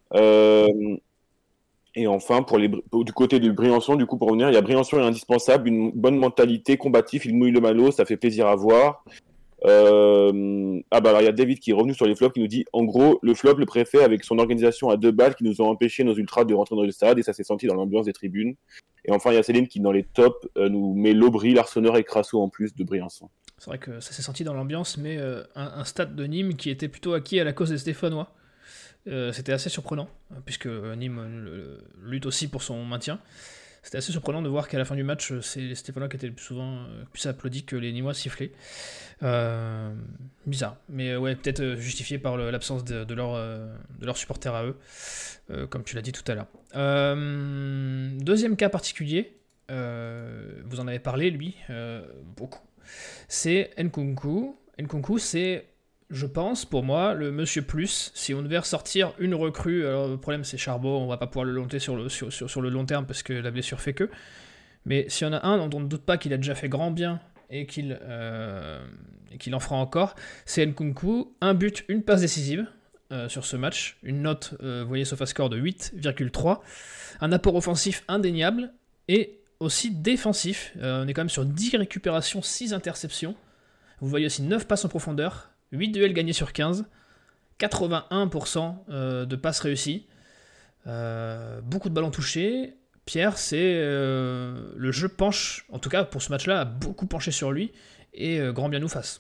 Et enfin, du côté de Briançon, du coup, pour revenir, il y a Briançon est indispensable, une bonne mentalité, combatif, il mouille le maillot, ça fait plaisir à voir. Alors il y a David qui est revenu sur les flops qui nous dit en gros le flop le préfet avec son organisation à 2 balles qui nous ont empêché nos ultras de rentrer dans le stade et ça s'est senti dans l'ambiance des tribunes. Et enfin il y a Céline qui dans les tops nous met Lobry, Larsonneur et Crasso en plus de Briançon. C'est vrai que ça s'est senti dans l'ambiance, mais un stade de Nîmes qui était plutôt acquis à la cause des Stéphanois, c'était assez surprenant puisque Nîmes lutte aussi pour son maintien. C'était assez surprenant de voir qu'à la fin du match, c'est les Stéphanois qui étaient le plus souvent plus applaudis que les Nîmois sifflés. Bizarre, mais ouais, peut-être justifié par l'absence de leurs supporters à eux, comme tu l'as dit tout à l'heure. Deuxième cas particulier, vous en avez parlé, lui, beaucoup. C'est Nkunku. Nkunku, c'est, je pense, pour moi, le Monsieur Plus. Si on devait ressortir une recrue, alors le problème c'est Charbot, on va pas pouvoir le monter sur le long terme parce que la blessure fait que. Mais s'il y en a un dont on ne doute pas qu'il a déjà fait grand bien et qu'il en fera encore, c'est Nkunku. 1 but, 1 passe décisive sur ce match. Une note, vous voyez, SofaScore de 8,3. Un apport offensif indéniable et aussi défensif. On est quand même sur 10 récupérations, 6 interceptions. Vous voyez aussi 9 passes en profondeur, 8 duels gagnés sur 15, 81% de passes réussies, beaucoup de ballons touchés. Pierre, c'est le jeu penche, en tout cas pour ce match-là, a beaucoup penché sur lui, et grand bien nous fasse.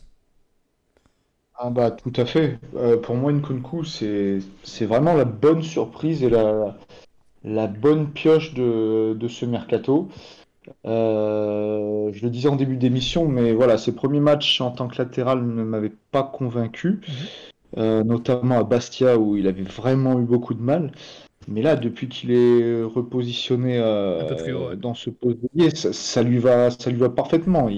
Ah bah tout à fait. Pour moi, Nkunku, c'est vraiment la bonne surprise et la bonne pioche de ce mercato. Je le disais en début d'émission, mais voilà, ses premiers matchs en tant que latéral ne m'avaient pas convaincu, notamment à Bastia où il avait vraiment eu beaucoup de mal. Mais là, depuis qu'il est repositionné Un peu plus haut, dans ce poste d'ailier, ça lui va parfaitement.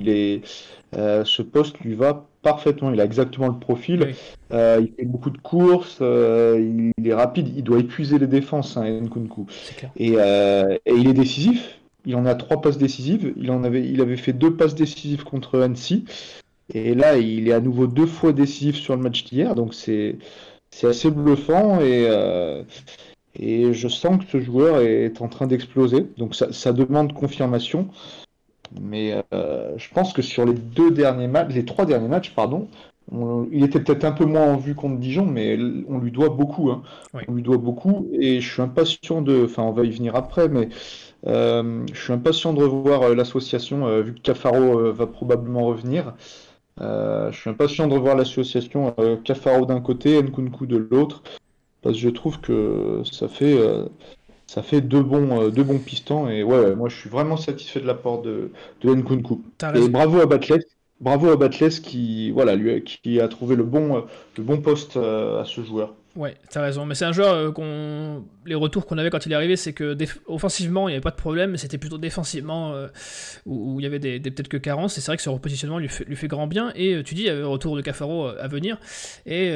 Ce poste lui va parfaitement. Il a exactement le profil. Oui. Il fait beaucoup de courses. Il est rapide. Il doit épuiser les défenses, Nkunku. C'est clair. Et il est décisif. Il en a 3 passes décisives. Il avait fait 2 passes décisives contre Annecy. Et là, il est à nouveau 2 fois décisif sur le match d'hier. Donc c'est assez bluffant et je sens que ce joueur est en train d'exploser. Donc ça demande confirmation. Mais je pense que sur les 3 derniers matchs, il était peut-être un peu moins en vue contre Dijon, mais on lui doit beaucoup. Oui. On lui doit beaucoup. Et je suis impatient enfin, on va y venir après, mais je suis impatient de revoir l'association, vu que Cafaro va probablement revenir. Je suis impatient de revoir l'association Cafaro d'un côté, Nkunku de l'autre. Parce que je trouve que ça fait 2 bons pistons. Et ouais, moi je suis vraiment satisfait de l'apport de Nkunku. Et bravo à Batles qui a trouvé le bon poste à ce joueur. Ouais, t'as raison, mais c'est un joueur les retours qu'on avait quand il est arrivé, c'est que offensivement il n'y avait pas de problème, mais c'était plutôt défensivement où il y avait peut-être que carences, et c'est vrai que ce repositionnement lui fait grand bien, et tu dis il y avait le retour de Cafaro à venir, et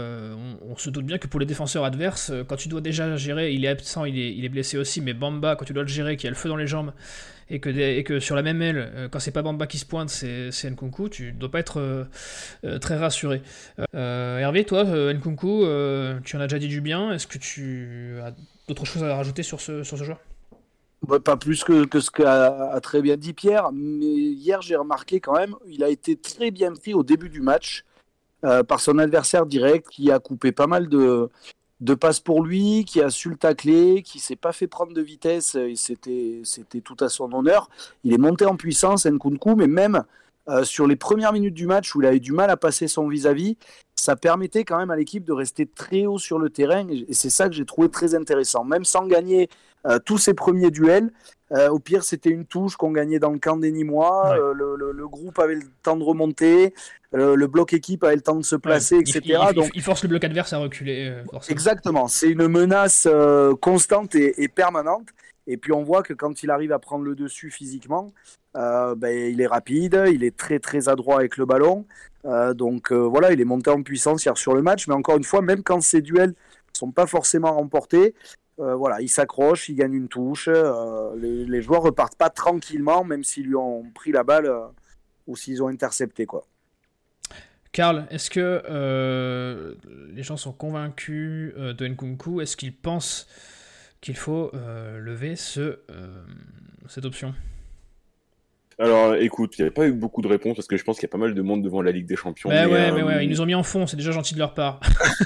on se doute bien que pour les défenseurs adverses, quand tu dois déjà gérer, il est absent, il est blessé aussi, mais Bamba, quand tu dois le gérer, qui a le feu dans les jambes, et que sur la même aile, quand c'est pas Bamba qui se pointe, c'est Nkunku, tu dois pas être très rassuré. Hervé, toi, Nkunku, tu en as déjà dit du bien, est-ce que tu as d'autres choses à rajouter sur ce joueur ? Pas plus que ce qu'a très bien dit Pierre, mais hier j'ai remarqué quand même, il a été très bien pris au début du match par son adversaire direct qui a coupé pas mal de passes pour lui, qui a su le tacler, qui s'est pas fait prendre de vitesse, et c'était tout à son honneur. Il est monté en puissance, Nkunku, mais même sur les premières minutes du match où il avait du mal à passer son vis-à-vis, ça permettait quand même à l'équipe de rester très haut sur le terrain, et c'est ça que j'ai trouvé très intéressant. Même sans gagner tous ses premiers duels, au pire c'était une touche qu'on gagnait dans le camp des Nîmois, ouais. Le groupe avait le temps de remonter, le bloc équipe avait le temps de se placer, ouais, etc. Donc, il force le bloc adverse à reculer. Forcément. Exactement, c'est une menace constante et permanente. Et puis on voit que quand il arrive à prendre le dessus physiquement, il est rapide, il est très très adroit avec le ballon. Donc voilà, il est monté en puissance hier sur le match. Mais encore une fois, même quand ces duels ne sont pas forcément remportés, il s'accroche, il gagne une touche. Les joueurs repartent pas tranquillement, même s'ils lui ont pris la balle ou s'ils ont intercepté, quoi. Karl, est-ce que les gens sont convaincus de Nkunku ? Est-ce qu'ils pensent qu'il faut lever cette option ? Alors écoute, il n'y a pas eu beaucoup de réponses parce que je pense qu'il y a pas mal de monde devant la Ligue des Champions. Mais ils nous ont mis en fond, c'est déjà gentil de leur part.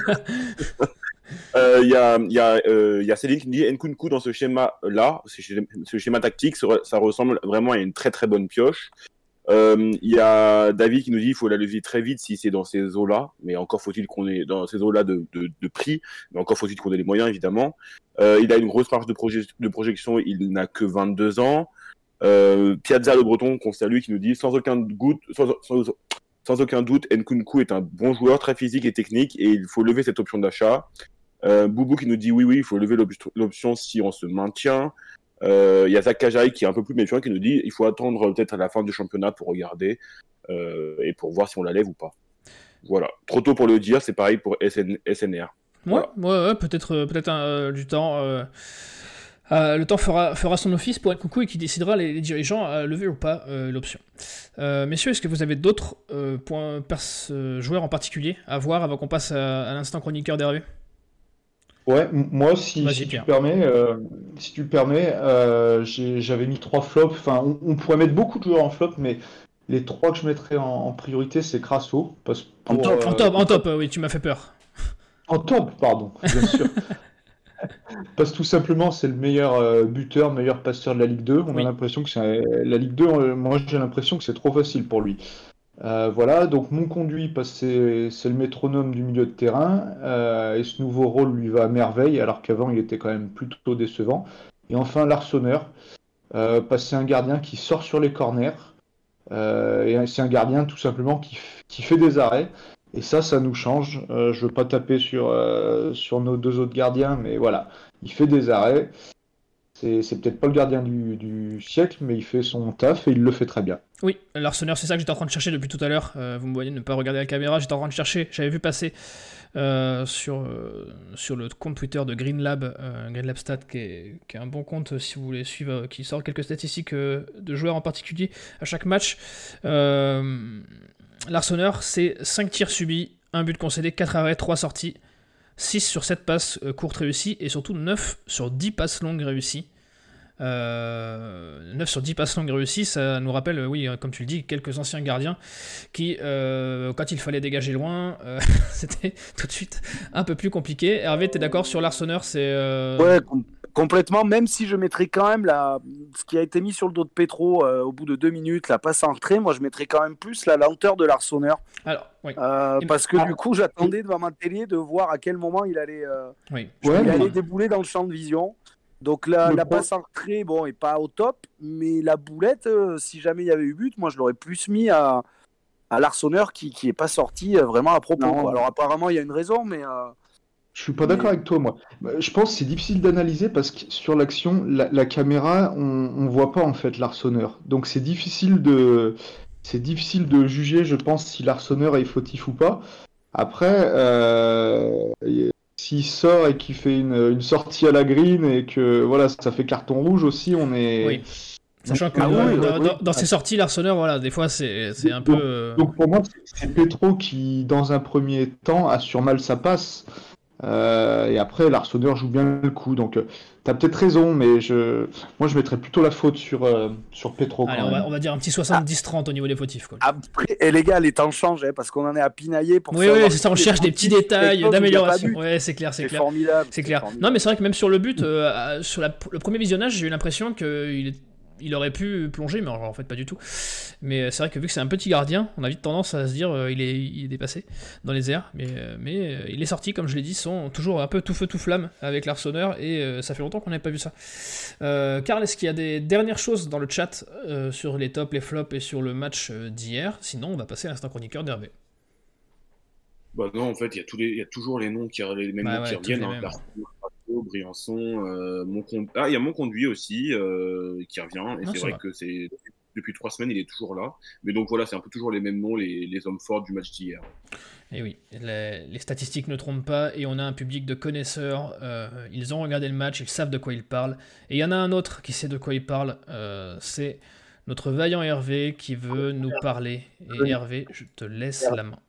Il y a Céline qui nous dit Nkunku dans ce schéma-là, ce schéma tactique, ça ressemble vraiment à une très très bonne pioche. Il y a David qui nous dit il faut la lever très vite si c'est dans ces eaux-là, mais encore faut-il qu'on ait dans ces eaux-là de prix, mais encore faut-il qu'on ait les moyens évidemment. Il a une grosse marge de projection, il n'a que 22 ans. Piazza le Breton qu'on salue qui nous dit sans aucun doute Nkunku est un bon joueur très physique et technique et il faut lever cette option d'achat. Boubou qui nous dit oui il faut lever l'option si on se maintient. Il y a Zach Kajaï qui est un peu plus méfiant qui nous dit il faut attendre peut-être à la fin du championnat pour regarder et pour voir si on la lève ou pas. Voilà, trop tôt pour le dire, c'est pareil pour SNR. Voilà. Ouais, peut-être du temps. Le temps fera son office pour Nkunku et qui décidera les dirigeants à lever ou pas l'option. Messieurs, est-ce que vous avez d'autres joueurs en particulier à voir avant qu'on passe à l'instant chroniqueur d'Hervé ? Ouais, moi si tu permets, j'avais mis 3 flops. Enfin, on pourrait mettre beaucoup de joueurs en flop, mais les 3 que je mettrais en priorité, c'est Crasso. En top, oui, tu m'as fait peur. En top, pardon, bien sûr. Parce que tout simplement, c'est le meilleur buteur, meilleur passeur de la Ligue 2. On a l'impression que la Ligue 2, moi j'ai l'impression que c'est trop facile pour lui. Voilà, donc mon conduit, c'est le métronome du milieu de terrain, et ce nouveau rôle lui va à merveille, alors qu'avant il était quand même plutôt décevant. Et enfin l'arseneur, c'est un gardien qui sort sur les corners, et c'est un gardien tout simplement qui fait des arrêts. Et ça nous change. Je veux pas taper sur nos deux autres gardiens, mais voilà, il fait des arrêts. C'est peut-être pas le gardien du siècle, mais il fait son taf et il le fait très bien. Oui, l'arseneur, c'est ça que j'étais en train de chercher depuis tout à l'heure. Vous me voyez ne pas regarder la caméra, j'étais en train de chercher. J'avais vu passer sur le compte Twitter de Greenlab, Greenlab Stat, qui est un bon compte si vous voulez suivre, qui sort quelques statistiques de joueurs en particulier à chaque match. L'arseneur, c'est 5 tirs subis, 1 but concédé, 4 arrêts, 3 sorties, 6 sur 7 passes courtes réussies et surtout 9 sur 10 passes longues réussies. 9 sur 10 passes longues réussies, ça nous rappelle, oui, comme tu le dis, quelques anciens gardiens qui, quand il fallait dégager loin, c'était tout de suite un peu plus compliqué. Hervé, t'es d'accord sur l'arseneur, c'est... Ouais, complètement, même si je mettrais quand même ce qui a été mis sur le dos de Petro au bout de 2 minutes, la passe en retrait, moi je mettrais quand même plus la lenteur de l'arseneur. Alors, oui. Parce que du coup, j'attendais devant ma télé de voir à quel moment il allait, débouler dans le champ de vision. Donc la passe en retrait, bon, est pas au top, mais la boulette, si jamais il y avait eu but, moi je l'aurais plus mis à l'arseneur qui est pas sorti vraiment à propos. Alors apparemment il y a une raison, mais... Je suis pas d'accord avec toi, moi. Je pense que c'est difficile d'analyser parce que sur l'action, la caméra, on voit pas en fait l'arseneur. Donc c'est difficile de juger, je pense, si l'arseneur est fautif ou pas. Après, s'il sort et qu'il fait une sortie à la green et que voilà, ça fait carton rouge aussi, on est... Oui. Sachant que dans ces sorties, l'arseneur, voilà, des fois c'est un peu... Donc pour moi, c'est Petro qui, dans un premier temps, assure mal sa passe. Et après, l'arseneur joue bien le coup. Donc t'as peut-être raison, mais moi je mettrais plutôt la faute sur Petro. Allez, on va dire un petit 70-30 au niveau des fautifs. Quoi. Après, et les gars, les temps changent, parce qu'on en est à pinailler pour oui, c'est ça, on cherche des petits détails d'amélioration. Ouais, c'est clair. Formidable. C'est clair. Non, mais c'est vrai que même sur le but, sur le premier visionnage, j'ai eu l'impression qu'il aurait pu plonger, mais en fait pas du tout. Mais c'est vrai que vu que c'est un petit gardien, on a vite tendance à se dire il est dépassé dans les airs. Mais il est sorti, comme je l'ai dit, sont toujours un peu tout feu tout flamme avec l'arseneur et ça fait longtemps qu'on n'avait pas vu ça. Karl, est-ce qu'il y a des dernières choses dans le chat sur les tops, les flops et sur le match d'hier? Sinon, on va passer à l'instant chroniqueur d'Hervé. Bah non, en fait, il y a toujours les noms qui reviennent. Briançon, il y a mon conduit aussi qui revient, et c'est vrai que depuis 3 semaines il est toujours là, mais donc voilà, c'est un peu toujours les mêmes noms, les hommes forts du match d'hier. Et oui, les statistiques ne trompent pas, et on a un public de connaisseurs, ils ont regardé le match, ils savent de quoi ils parlent, et il y en a un autre qui sait de quoi il parle, c'est notre vaillant Hervé qui veut nous parler, et Hervé, je te laisse la main.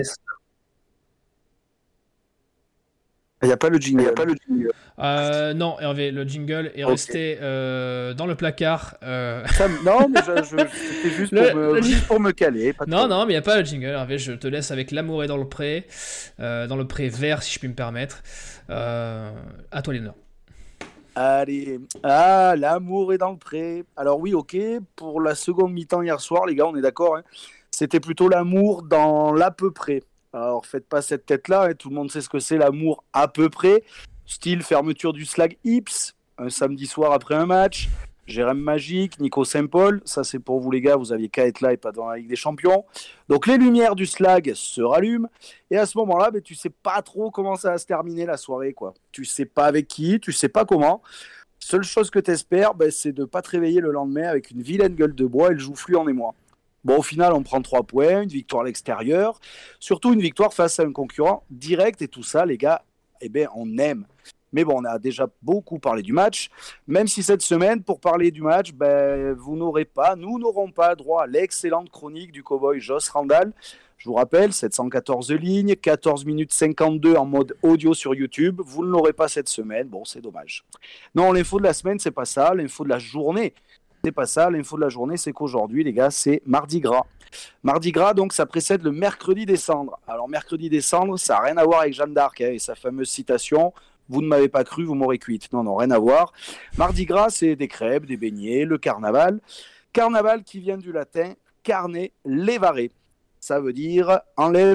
Il n'y a pas le jingle. Non, Hervé, le jingle est resté dans le placard. Non, mais c'était juste pour me caler. Non, mais il n'y a pas le jingle, Hervé. Je te laisse avec L'amour est dans le pré vert, si je puis me permettre. À toi, l'honneur. Allez, l'amour est dans le pré. Alors oui, ok, pour la seconde mi-temps hier soir, les gars, on est d'accord. C'était plutôt l'amour dans l'à peu près. Alors, faites pas cette tête-là, tout le monde sait ce que c'est l'amour à peu près. Style fermeture du Slag Ips, un samedi soir après un match. Jérém Magique, Nico Saint-Paul, ça c'est pour vous les gars, vous aviez qu'à être là et pas dans la Ligue des Champions. Donc les lumières du Slag se rallument, et à ce moment-là, tu sais pas trop comment ça va se terminer la soirée, quoi. Tu sais pas avec qui, tu sais pas comment. Seule chose que t'espères, c'est de pas te réveiller le lendemain avec une vilaine gueule de bois et le joufflu en émoi. Bon, au final, on prend 3 points, une victoire à l'extérieur, surtout une victoire face à un concurrent direct, et tout ça, les gars, on aime. Mais bon, on a déjà beaucoup parlé du match, même si cette semaine, pour parler du match, nous n'aurons pas droit à l'excellente chronique du cowboy Joss Randall. Je vous rappelle, 714 lignes, 14 minutes 52 en mode audio sur YouTube. Vous ne l'aurez pas cette semaine, bon, c'est dommage. Non, l'info de la semaine, c'est pas ça. L'info de la journée, C'est pas ça, l'info de la journée, c'est qu'aujourd'hui, les gars, c'est Mardi Gras. Mardi Gras, donc, ça précède le mercredi des cendres. Alors, mercredi des cendres, ça n'a rien à voir avec Jeanne d'Arc et sa fameuse citation « Vous ne m'avez pas cru, vous m'aurez cuite ». Non, rien à voir. Mardi Gras, c'est des crêpes, des beignets, le carnaval. Carnaval qui vient du latin « carne levare ». Ça veut dire enlever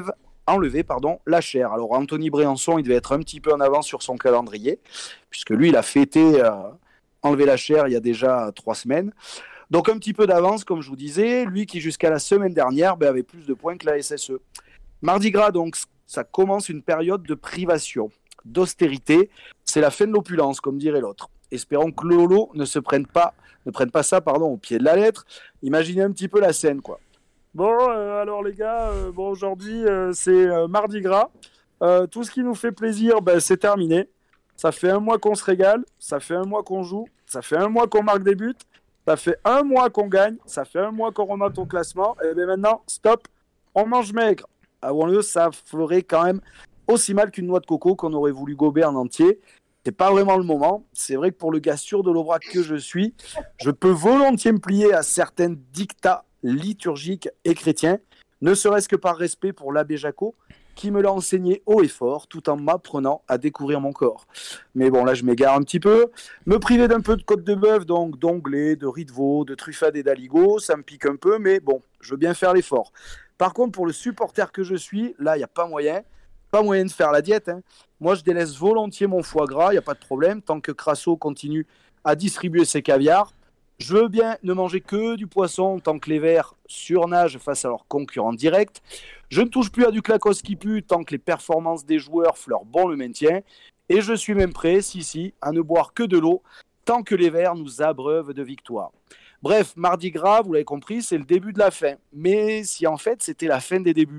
la chair. Alors, Anthony Briançon, il devait être un petit peu en avance sur son calendrier, puisque lui, il a fêté enlever la chair il y a déjà 3 semaines. Donc, un petit peu d'avance, comme je vous disais. Lui qui, jusqu'à la semaine dernière, avait plus de points que la SSE. Mardi Gras, donc, ça commence une période de privation, d'austérité. C'est la fin de l'opulence, comme dirait l'autre. Espérons que Lolo ne prenne pas ça au pied de la lettre. Imaginez un petit peu la scène, quoi. Bon, alors les gars, aujourd'hui, c'est Mardi Gras. Tout ce qui nous fait plaisir, c'est terminé. Ça fait 1 mois qu'on se régale, ça fait 1 mois qu'on joue, ça fait 1 mois qu'on marque des buts, ça fait 1 mois qu'on gagne, ça fait 1 mois qu'on remonte au classement. Et bien maintenant, stop, on mange maigre. Avouons-le, ça ferait quand même aussi mal qu'une noix de coco qu'on aurait voulu gober en entier. C'est pas vraiment le moment. C'est vrai que pour le gars sûr de l'Aubrac que je suis, je peux volontiers me plier à certains dictats liturgiques et chrétiens, ne serait-ce que par respect pour l'abbé Jacot, qui me l'a enseigné haut et fort, tout en m'apprenant à découvrir mon corps. Mais bon, là, je m'égare un petit peu. Me priver d'un peu de côte de bœuf, donc d'onglet, de riz de veau, de truffade et d'aligot, ça me pique un peu, mais bon, je veux bien faire l'effort. Par contre, pour le supporter que je suis, là, il n'y a pas moyen de faire la diète. Moi, je délaisse volontiers mon foie gras, il n'y a pas de problème, tant que Crasso continue à distribuer ses caviars. Je veux bien ne manger que du poisson tant que les Verts surnagent face à leurs concurrents directs. Je ne touche plus à du clacos qui pue tant que les performances des joueurs fleurent bon le maintien. Et je suis même prêt, à ne boire que de l'eau tant que les Verts nous abreuvent de victoire. Bref, Mardi Gras, vous l'avez compris, c'est le début de la fin. Mais si en fait c'était la fin des débuts.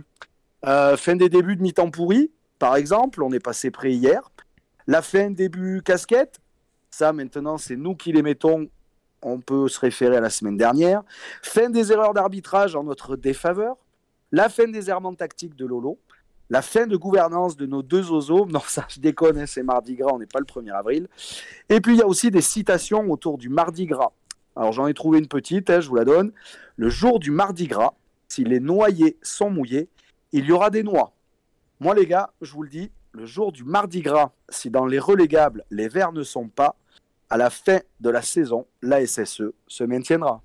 Fin des débuts de mi-temps pourri, par exemple, on est passé près hier. La fin début casquette, ça maintenant c'est nous qui les mettons. On peut se référer à la semaine dernière. Fin des erreurs d'arbitrage en notre défaveur. La fin des errements tactiques de Lolo. La fin de gouvernance de nos 2 oiseaux. Non, ça, je déconne, c'est Mardi Gras, on n'est pas le 1er avril. Et puis, il y a aussi des citations autour du Mardi Gras. Alors, j'en ai trouvé une petite, je vous la donne. Le jour du Mardi Gras, si les noyés sont mouillés, il y aura des noix. Moi, les gars, je vous le dis, le jour du Mardi Gras, si dans les relégables, les Verts ne sont pas, à la fin de la saison, la SSE se maintiendra.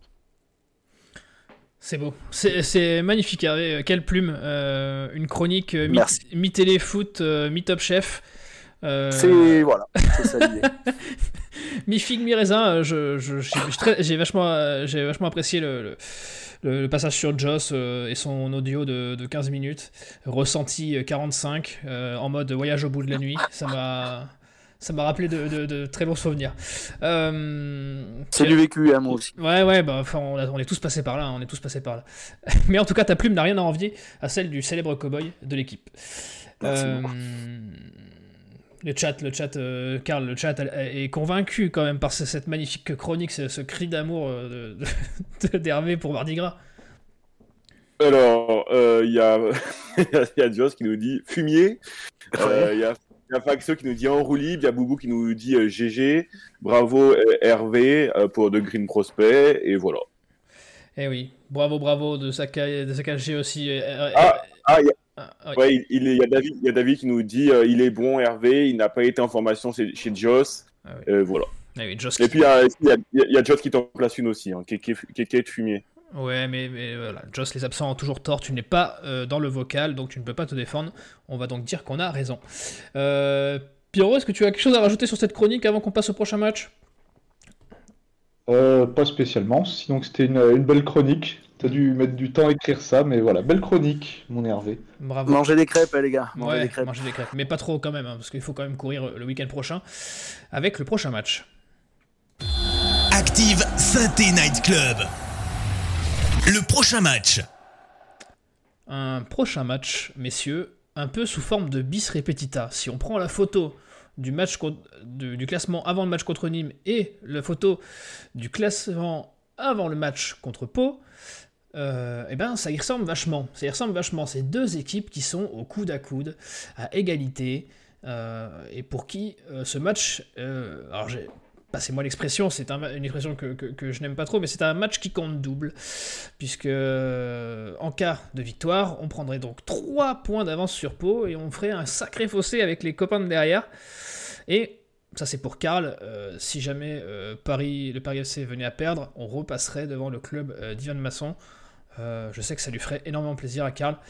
C'est beau, c'est magnifique, Hervé. Quelle plume, une chronique mi-téléfoot, mi-top chef. C'est ça l'idée. Mi-figue, mi-raisin, j'ai vachement apprécié le passage sur Joss et son audio de 15 minutes, ressenti 45, en mode voyage au bout de la nuit. Ça m'a rappelé de très bons souvenirs. C'est du vécu, moi aussi. Ouais, on est tous passés par là. Mais en tout cas, ta plume n'a rien à envier à celle du célèbre cow-boy de l'équipe. Le chat, Karl, le chat est convaincu quand même par cette magnifique chronique, ce cri d'amour d'Hervé pour Mardi Gras. Alors, il y a Joss qui nous dit fumier. Il y a Faxo qui nous dit en roue libre, il y a Boubou qui nous dit GG, bravo Hervé pour de Green Prospect, et voilà. Eh oui, bravo de Sakaji aussi. Il y a David qui nous dit il est bon Hervé, il n'a pas été en formation chez Joss, voilà. Eh oui, et puis il y a Joss qui t'en place une aussi, qui est fumier. Ouais, mais voilà, Joss, les absents ont toujours tort, tu n'es pas dans le vocal, donc tu ne peux pas te défendre. On va donc dire qu'on a raison. Pierrot, est-ce que tu as quelque chose à rajouter sur cette chronique avant qu'on passe au prochain match ? Pas spécialement, sinon c'était une belle chronique. T'as dû mettre du temps à écrire ça, mais voilà, belle chronique, mon Hervé. Bravo. Mangez des crêpes, les gars. Mangez des crêpes, mais pas trop quand même, parce qu'il faut quand même courir le week-end prochain avec le prochain match. Active Synthé Night Club. Le prochain match. Un prochain match, messieurs, un peu sous forme de bis repetita. Si on prend la photo du classement avant le match contre Nîmes et la photo du classement avant le match contre Pau, ça y ressemble vachement. Ces 2 équipes qui sont au coude à coude, à égalité, et pour qui ce match... alors passez-moi l'expression, c'est une expression que je n'aime pas trop, mais c'est un match qui compte double, puisque en cas de victoire, on prendrait donc 3 points d'avance sur Pau, et on ferait un sacré fossé avec les copains de derrière. Et ça c'est pour Karl, si jamais le Paris FC venait à perdre, on repasserait devant le club d'Yvan Masson. Je sais que ça lui ferait énormément plaisir à Karl.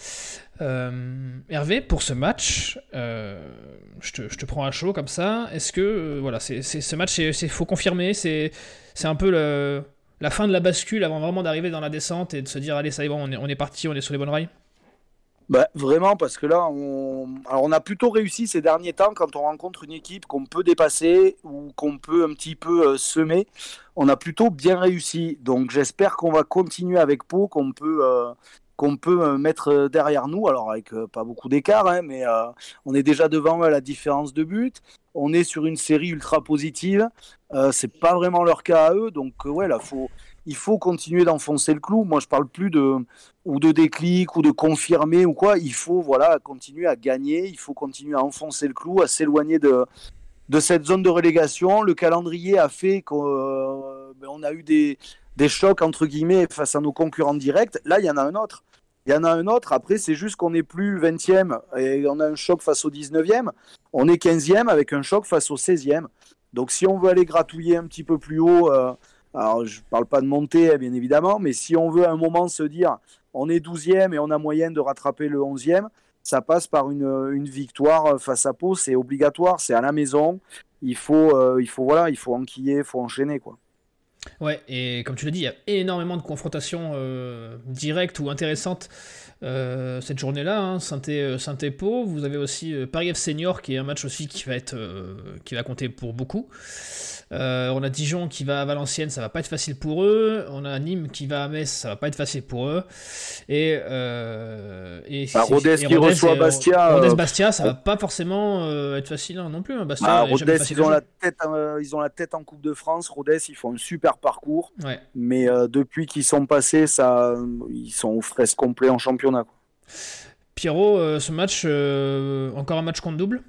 Hervé, pour ce match, je te prends à chaud comme ça. Est-ce que voilà, ce match, faut confirmer, c'est un peu la fin de la bascule avant vraiment d'arriver dans la descente et de se dire allez, ça y est, bon, on est parti, on est sur les bonnes rails? Bah, vraiment, parce que là, on a plutôt réussi ces derniers temps quand on rencontre une équipe qu'on peut dépasser ou qu'on peut un petit peu semer. On a plutôt bien réussi. Donc j'espère qu'on va continuer avec Pau, qu'on peut mettre derrière nous. Alors avec pas beaucoup d'écart, hein, mais on est déjà devant la différence de but. On est sur une série ultra positive. C'est pas vraiment leur cas à eux. Donc ouais, là, il faut continuer d'enfoncer le clou. Moi, je parle plus de déclic ou de confirmer ou quoi. Il faut continuer à gagner. Il faut continuer à enfoncer le clou, à s'éloigner de cette zone de relégation. Le calendrier a fait qu'on a eu des chocs, entre guillemets, face à nos concurrents directs. Là, il y en a un autre. Après, c'est juste qu'on n'est plus 20e et on a un choc face au 19e. On est 15e avec un choc face au 16e. Donc, si on veut aller gratouiller un petit peu plus haut... alors, je ne parle pas de monter, bien évidemment, mais si on veut à un moment se dire on est 12e et on a moyen de rattraper le 11e, ça passe par une victoire face à Pau. C'est obligatoire, c'est à la maison. Il faut enquiller, il faut enchaîner, quoi. Ouais, et comme tu l'as dit, il y a énormément de confrontations directes ou intéressantes cette journée-là, hein. Saint-Épau, vous avez aussi Paris F Senior qui est un match aussi qui va compter pour beaucoup. On a Dijon qui va à Valenciennes, ça va pas être facile pour eux. On a Nîmes qui va à Metz, ça va pas être facile pour eux. Et Rodez qui reçoit Bastia. Rodez-Bastia, ça va pas forcément être facile non plus. Hein. Bastia, Rodez, ils ont la tête en Coupe de France. Rodez, ils font un super parcours. Ouais. Mais depuis qu'ils sont passés, ils sont aux fraises complets en championnat, quoi. Pierrot, ce match, encore un match contre double?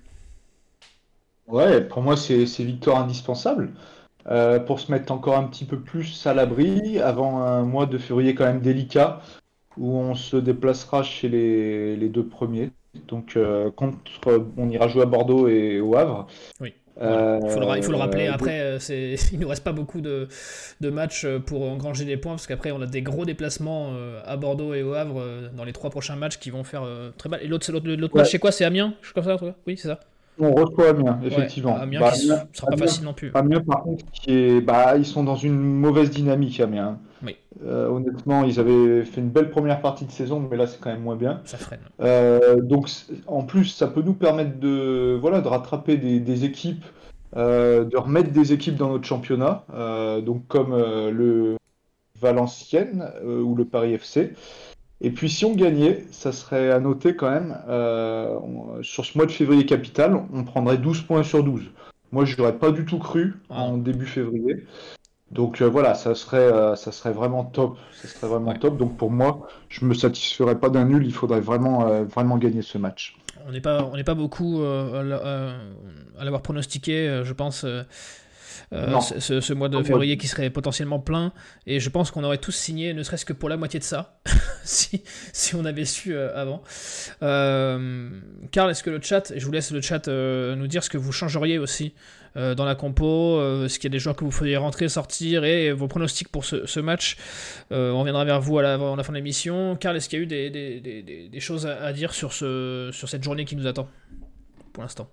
Ouais, pour moi, c'est victoire indispensable pour se mettre encore un petit peu plus à l'abri avant un mois de février quand même délicat où on se déplacera chez les deux premiers. Donc, on ira jouer à Bordeaux et au Havre. Oui. Voilà. Il faut le rappeler. Après, il ne nous reste pas beaucoup de matchs pour engranger des points parce qu'après, on a des gros déplacements à Bordeaux et au Havre dans les 3 prochains matchs qui vont faire très mal. Et l'autre match, c'est quoi? C'est Amiens? Je suis comme ça, oui, c'est ça. On reçoit Amiens, effectivement. Ouais, Amiens qui ne sera pas facile non plus. Amiens, par contre, ils sont dans une mauvaise dynamique, Amiens. Oui. Honnêtement, ils avaient fait une belle première partie de saison, mais là, c'est quand même moins bien. Ça freine. Donc, en plus, ça peut nous permettre de rattraper des équipes, de remettre des équipes dans notre championnat, donc comme le Valenciennes ou le Paris FC. Et puis si on gagnait, ça serait à noter quand même, sur ce mois de février capital, on prendrait 12 points sur 12. Moi, je n'aurais pas du tout cru en début février. Donc voilà, ça serait vraiment top. Ça serait vraiment top. Donc pour moi, je ne me satisferais pas d'un nul. Il faudrait vraiment gagner ce match. On n'est pas beaucoup à l'avoir pronostiqué, je pense. Ce mois de février qui serait potentiellement plein, et je pense qu'on aurait tous signé ne serait-ce que pour la moitié de ça si on avait su avant. Karl, est-ce que le chat, et je vous laisse le chat nous dire ce que vous changeriez aussi dans la compo, est-ce qu'il y a des joueurs que vous feriez rentrer, sortir, et vos pronostics pour ce match. On reviendra vers vous à la fin de l'émission. Karl, est-ce qu'il y a eu des choses à dire sur cette journée qui nous attend pour l'instant?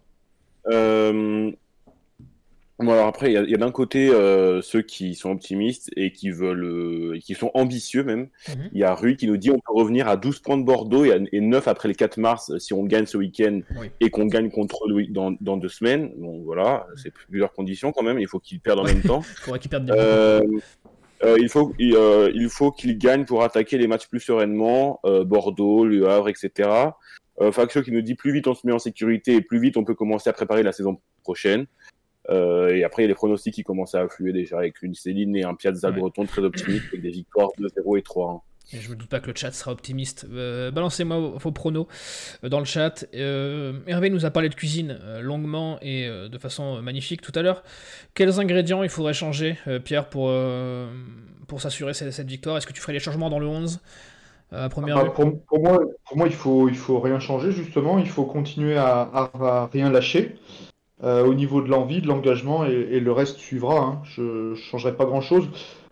Bon, alors après, il y a d'un côté ceux qui sont optimistes et qui veulent, qui sont ambitieux même. Il y a Rui qui nous dit on peut revenir à 12 points de Bordeaux et 9 après le 4 mars si on gagne ce week-end et qu'on gagne contre eux dans 2 semaines. Bon voilà, c'est plusieurs conditions quand même. Il faut qu'ils perdent en même temps. Il faudrait qu'ils perdent il faut qu'ils gagnent pour attaquer les matchs plus sereinement. Bordeaux, Le Havre, etc. Faction qui nous dit plus vite on se met en sécurité et plus vite on peut commencer à préparer la saison prochaine. Et après, il y a les pronostics qui commencent à affluer déjà avec une Céline et un Piazza breton très optimiste avec des victoires 2-0 et 3-1. Et je me doute pas que le chat sera optimiste. Balancez-moi vos pronos dans le chat. Hervé nous a parlé de cuisine longuement et de façon magnifique tout à l'heure. Quels ingrédients il faudrait changer, Pierre, pour s'assurer cette victoire? Est-ce que tu ferais les changements dans le 11 à première vue? Pour moi, il faut rien changer, justement. Il faut continuer à rien lâcher. Au niveau de l'envie, de l'engagement, et le reste suivra, hein. Je ne changerai pas grand-chose.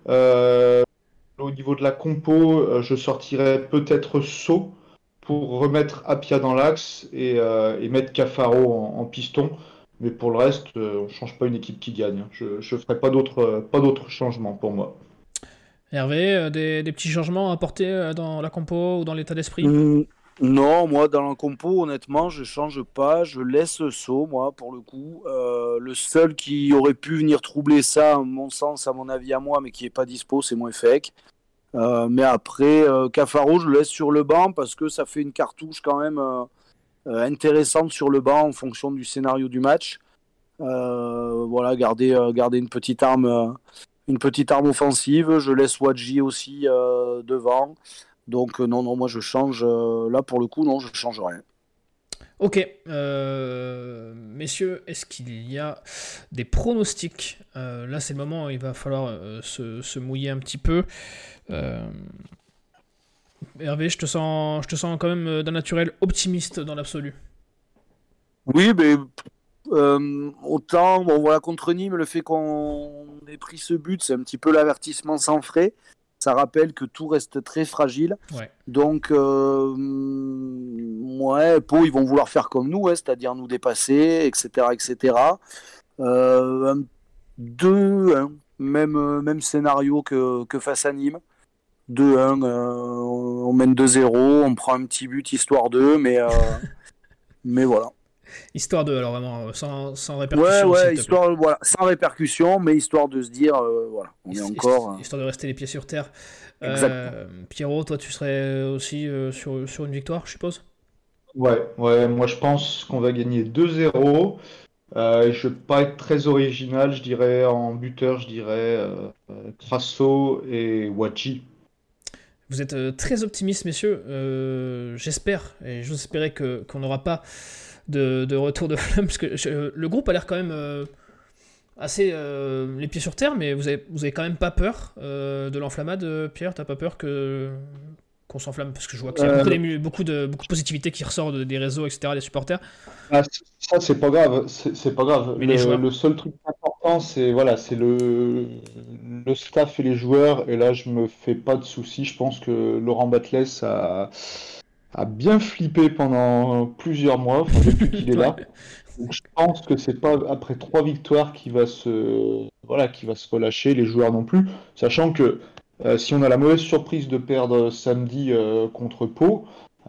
Au niveau de la compo, je sortirais peut-être Sceaux pour remettre Apia dans l'axe et mettre Cafaro en piston. Mais pour le reste, on ne change pas une équipe qui gagne. Je ne ferai pas d'autres changements pour moi. Hervé, des petits changements à apporter dans la compo ou dans l'état d'esprit? Non, moi dans la compo, honnêtement, je change pas, je laisse Sceaux, moi, pour le coup. Le seul qui aurait pu venir troubler ça, à mon sens, à mon avis à moi, mais qui est pas dispo, c'est Moefek. Mais après, Cafaro, je le laisse sur le banc parce que ça fait une cartouche quand même intéressante sur le banc en fonction du scénario du match. Voilà, garder une petite arme offensive. Je laisse Wadji aussi devant. Donc non, moi je change. Là pour le coup, non, je change rien. Ok, messieurs, est-ce qu'il y a des pronostics? Là c'est le moment où il va falloir se mouiller un petit peu. Hervé, je te sens quand même d'un naturel optimiste dans l'absolu. Oui, mais autant, bon voilà, contre Nîmes, le fait qu'on ait pris ce but, c'est un petit peu l'avertissement sans frais. Ça rappelle que tout reste très fragile. Ouais. Donc, Pau, ils vont vouloir faire comme nous, c'est-à-dire nous dépasser, etc. 2-1, même scénario que face à Nîmes. 2-1, on mène 2-0, on prend un petit but histoire d'eux, mais voilà. Histoire de, alors vraiment, sans répercussion. Ouais, histoire, voilà, sans répercussion, mais histoire de se dire, voilà, on est encore... Histoire de rester les pieds sur terre. Pierrot, toi, tu serais aussi sur une victoire, je suppose? Ouais, moi je pense qu'on va gagner 2-0. Je ne vais pas être très original, je dirais en buteur, Crasso et Wadji. Vous êtes très optimistes, messieurs. J'espère, et j'ose espérer qu'on n'aura pas de retour de flamme, parce que le groupe a l'air quand même assez les pieds sur terre, mais vous avez quand même pas peur de l'enflammade, Pierre? T'as pas peur qu'on s'enflamme? Parce que je vois qu'il y a beaucoup de positivité qui ressort des réseaux, etc., des supporters. Ça, c'est pas grave. C'est pas grave. Mais les joueurs... le seul truc important, c'est le staff et les joueurs. Et là, je me fais pas de soucis. Je pense que Laurent Batles a bien flippé pendant plusieurs mois, depuis qu'il est là. Donc, je pense que c'est pas après 3 victoires qu'il va se relâcher, les joueurs non plus. Sachant que si on a la mauvaise surprise de perdre samedi contre Pau,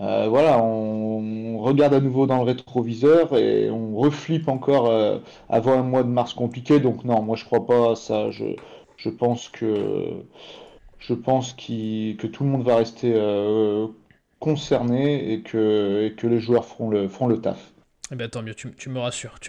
on regarde à nouveau dans le rétroviseur et on reflippe encore avant un mois de mars compliqué. Donc non, moi je crois pas à ça. Je pense que tout le monde va rester concerné et que les joueurs feront le taf. Eh bien, tant mieux, tu me rassures.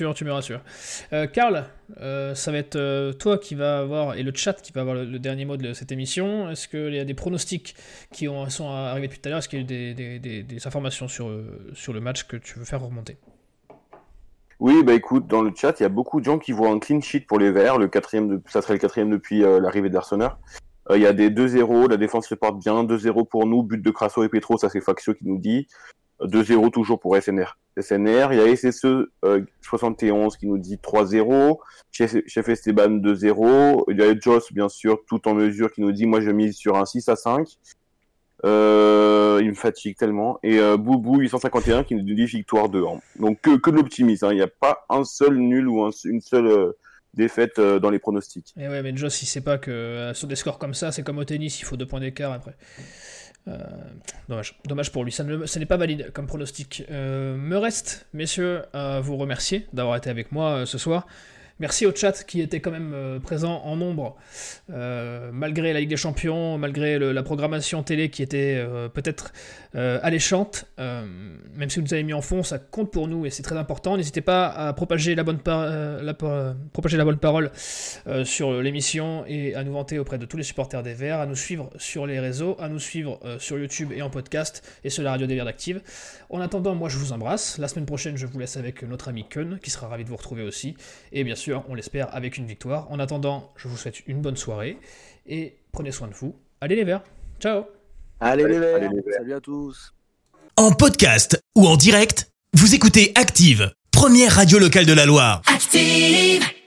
Karl, ça va être toi qui va avoir, et le chat qui va avoir le dernier mot de cette émission. Est-ce qu'il y a des pronostics qui sont arrivés depuis tout à l'heure? Est-ce qu'il y a eu des informations sur le match que tu veux faire remonter? Oui, écoute, dans le chat, il y a beaucoup de gens qui voient un clean sheet pour les Verts, ça serait le 4e depuis l'arrivée d'Arsenal. Il y a des 2-0, la défense se porte bien, 2-0 pour nous, but de Crasso et Petro, ça c'est Faxio qui nous dit. 2-0 toujours pour SNR. Il y a SSE 71 qui nous dit 3-0. Chef Esteban 2-0. Il y a Joss, bien sûr, tout en mesure, qui nous dit moi je mise sur un 6-5. Il me fatigue tellement. Et Boubou 851 qui nous dit victoire 2-1. Donc que de l'optimisme. Il n'y a pas un seul nul ou une seule défaite dans les pronostics. Et ouais, mais Joss, il sait pas que sur des scores comme ça, c'est comme au tennis, il faut 2 points d'écart après. Dommage pour lui, ça n'est pas valide comme pronostic. Me reste, messieurs, à vous remercier d'avoir été avec moi ce soir. Merci au chat qui était quand même présent en nombre, malgré la Ligue des Champions, malgré la programmation télé qui était peut-être alléchante. Même si vous nous avez mis en fond, ça compte pour nous et c'est très important. N'hésitez pas à propager la bonne parole sur l'émission et à nous vanter auprès de tous les supporters des Verts, à nous suivre sur les réseaux, à nous suivre sur YouTube et en podcast et sur la radio des Verts d'Active. En attendant, moi je vous embrasse. La semaine prochaine, je vous laisse avec notre ami Keun qui sera ravi de vous retrouver aussi. Et bien sûr, on l'espère avec une victoire. En attendant, je vous souhaite une bonne soirée et prenez soin de vous. Allez les Verts, ciao. Allez les Verts, salut à tous. En podcast ou en direct, vous écoutez Active, première radio locale de la Loire. Active!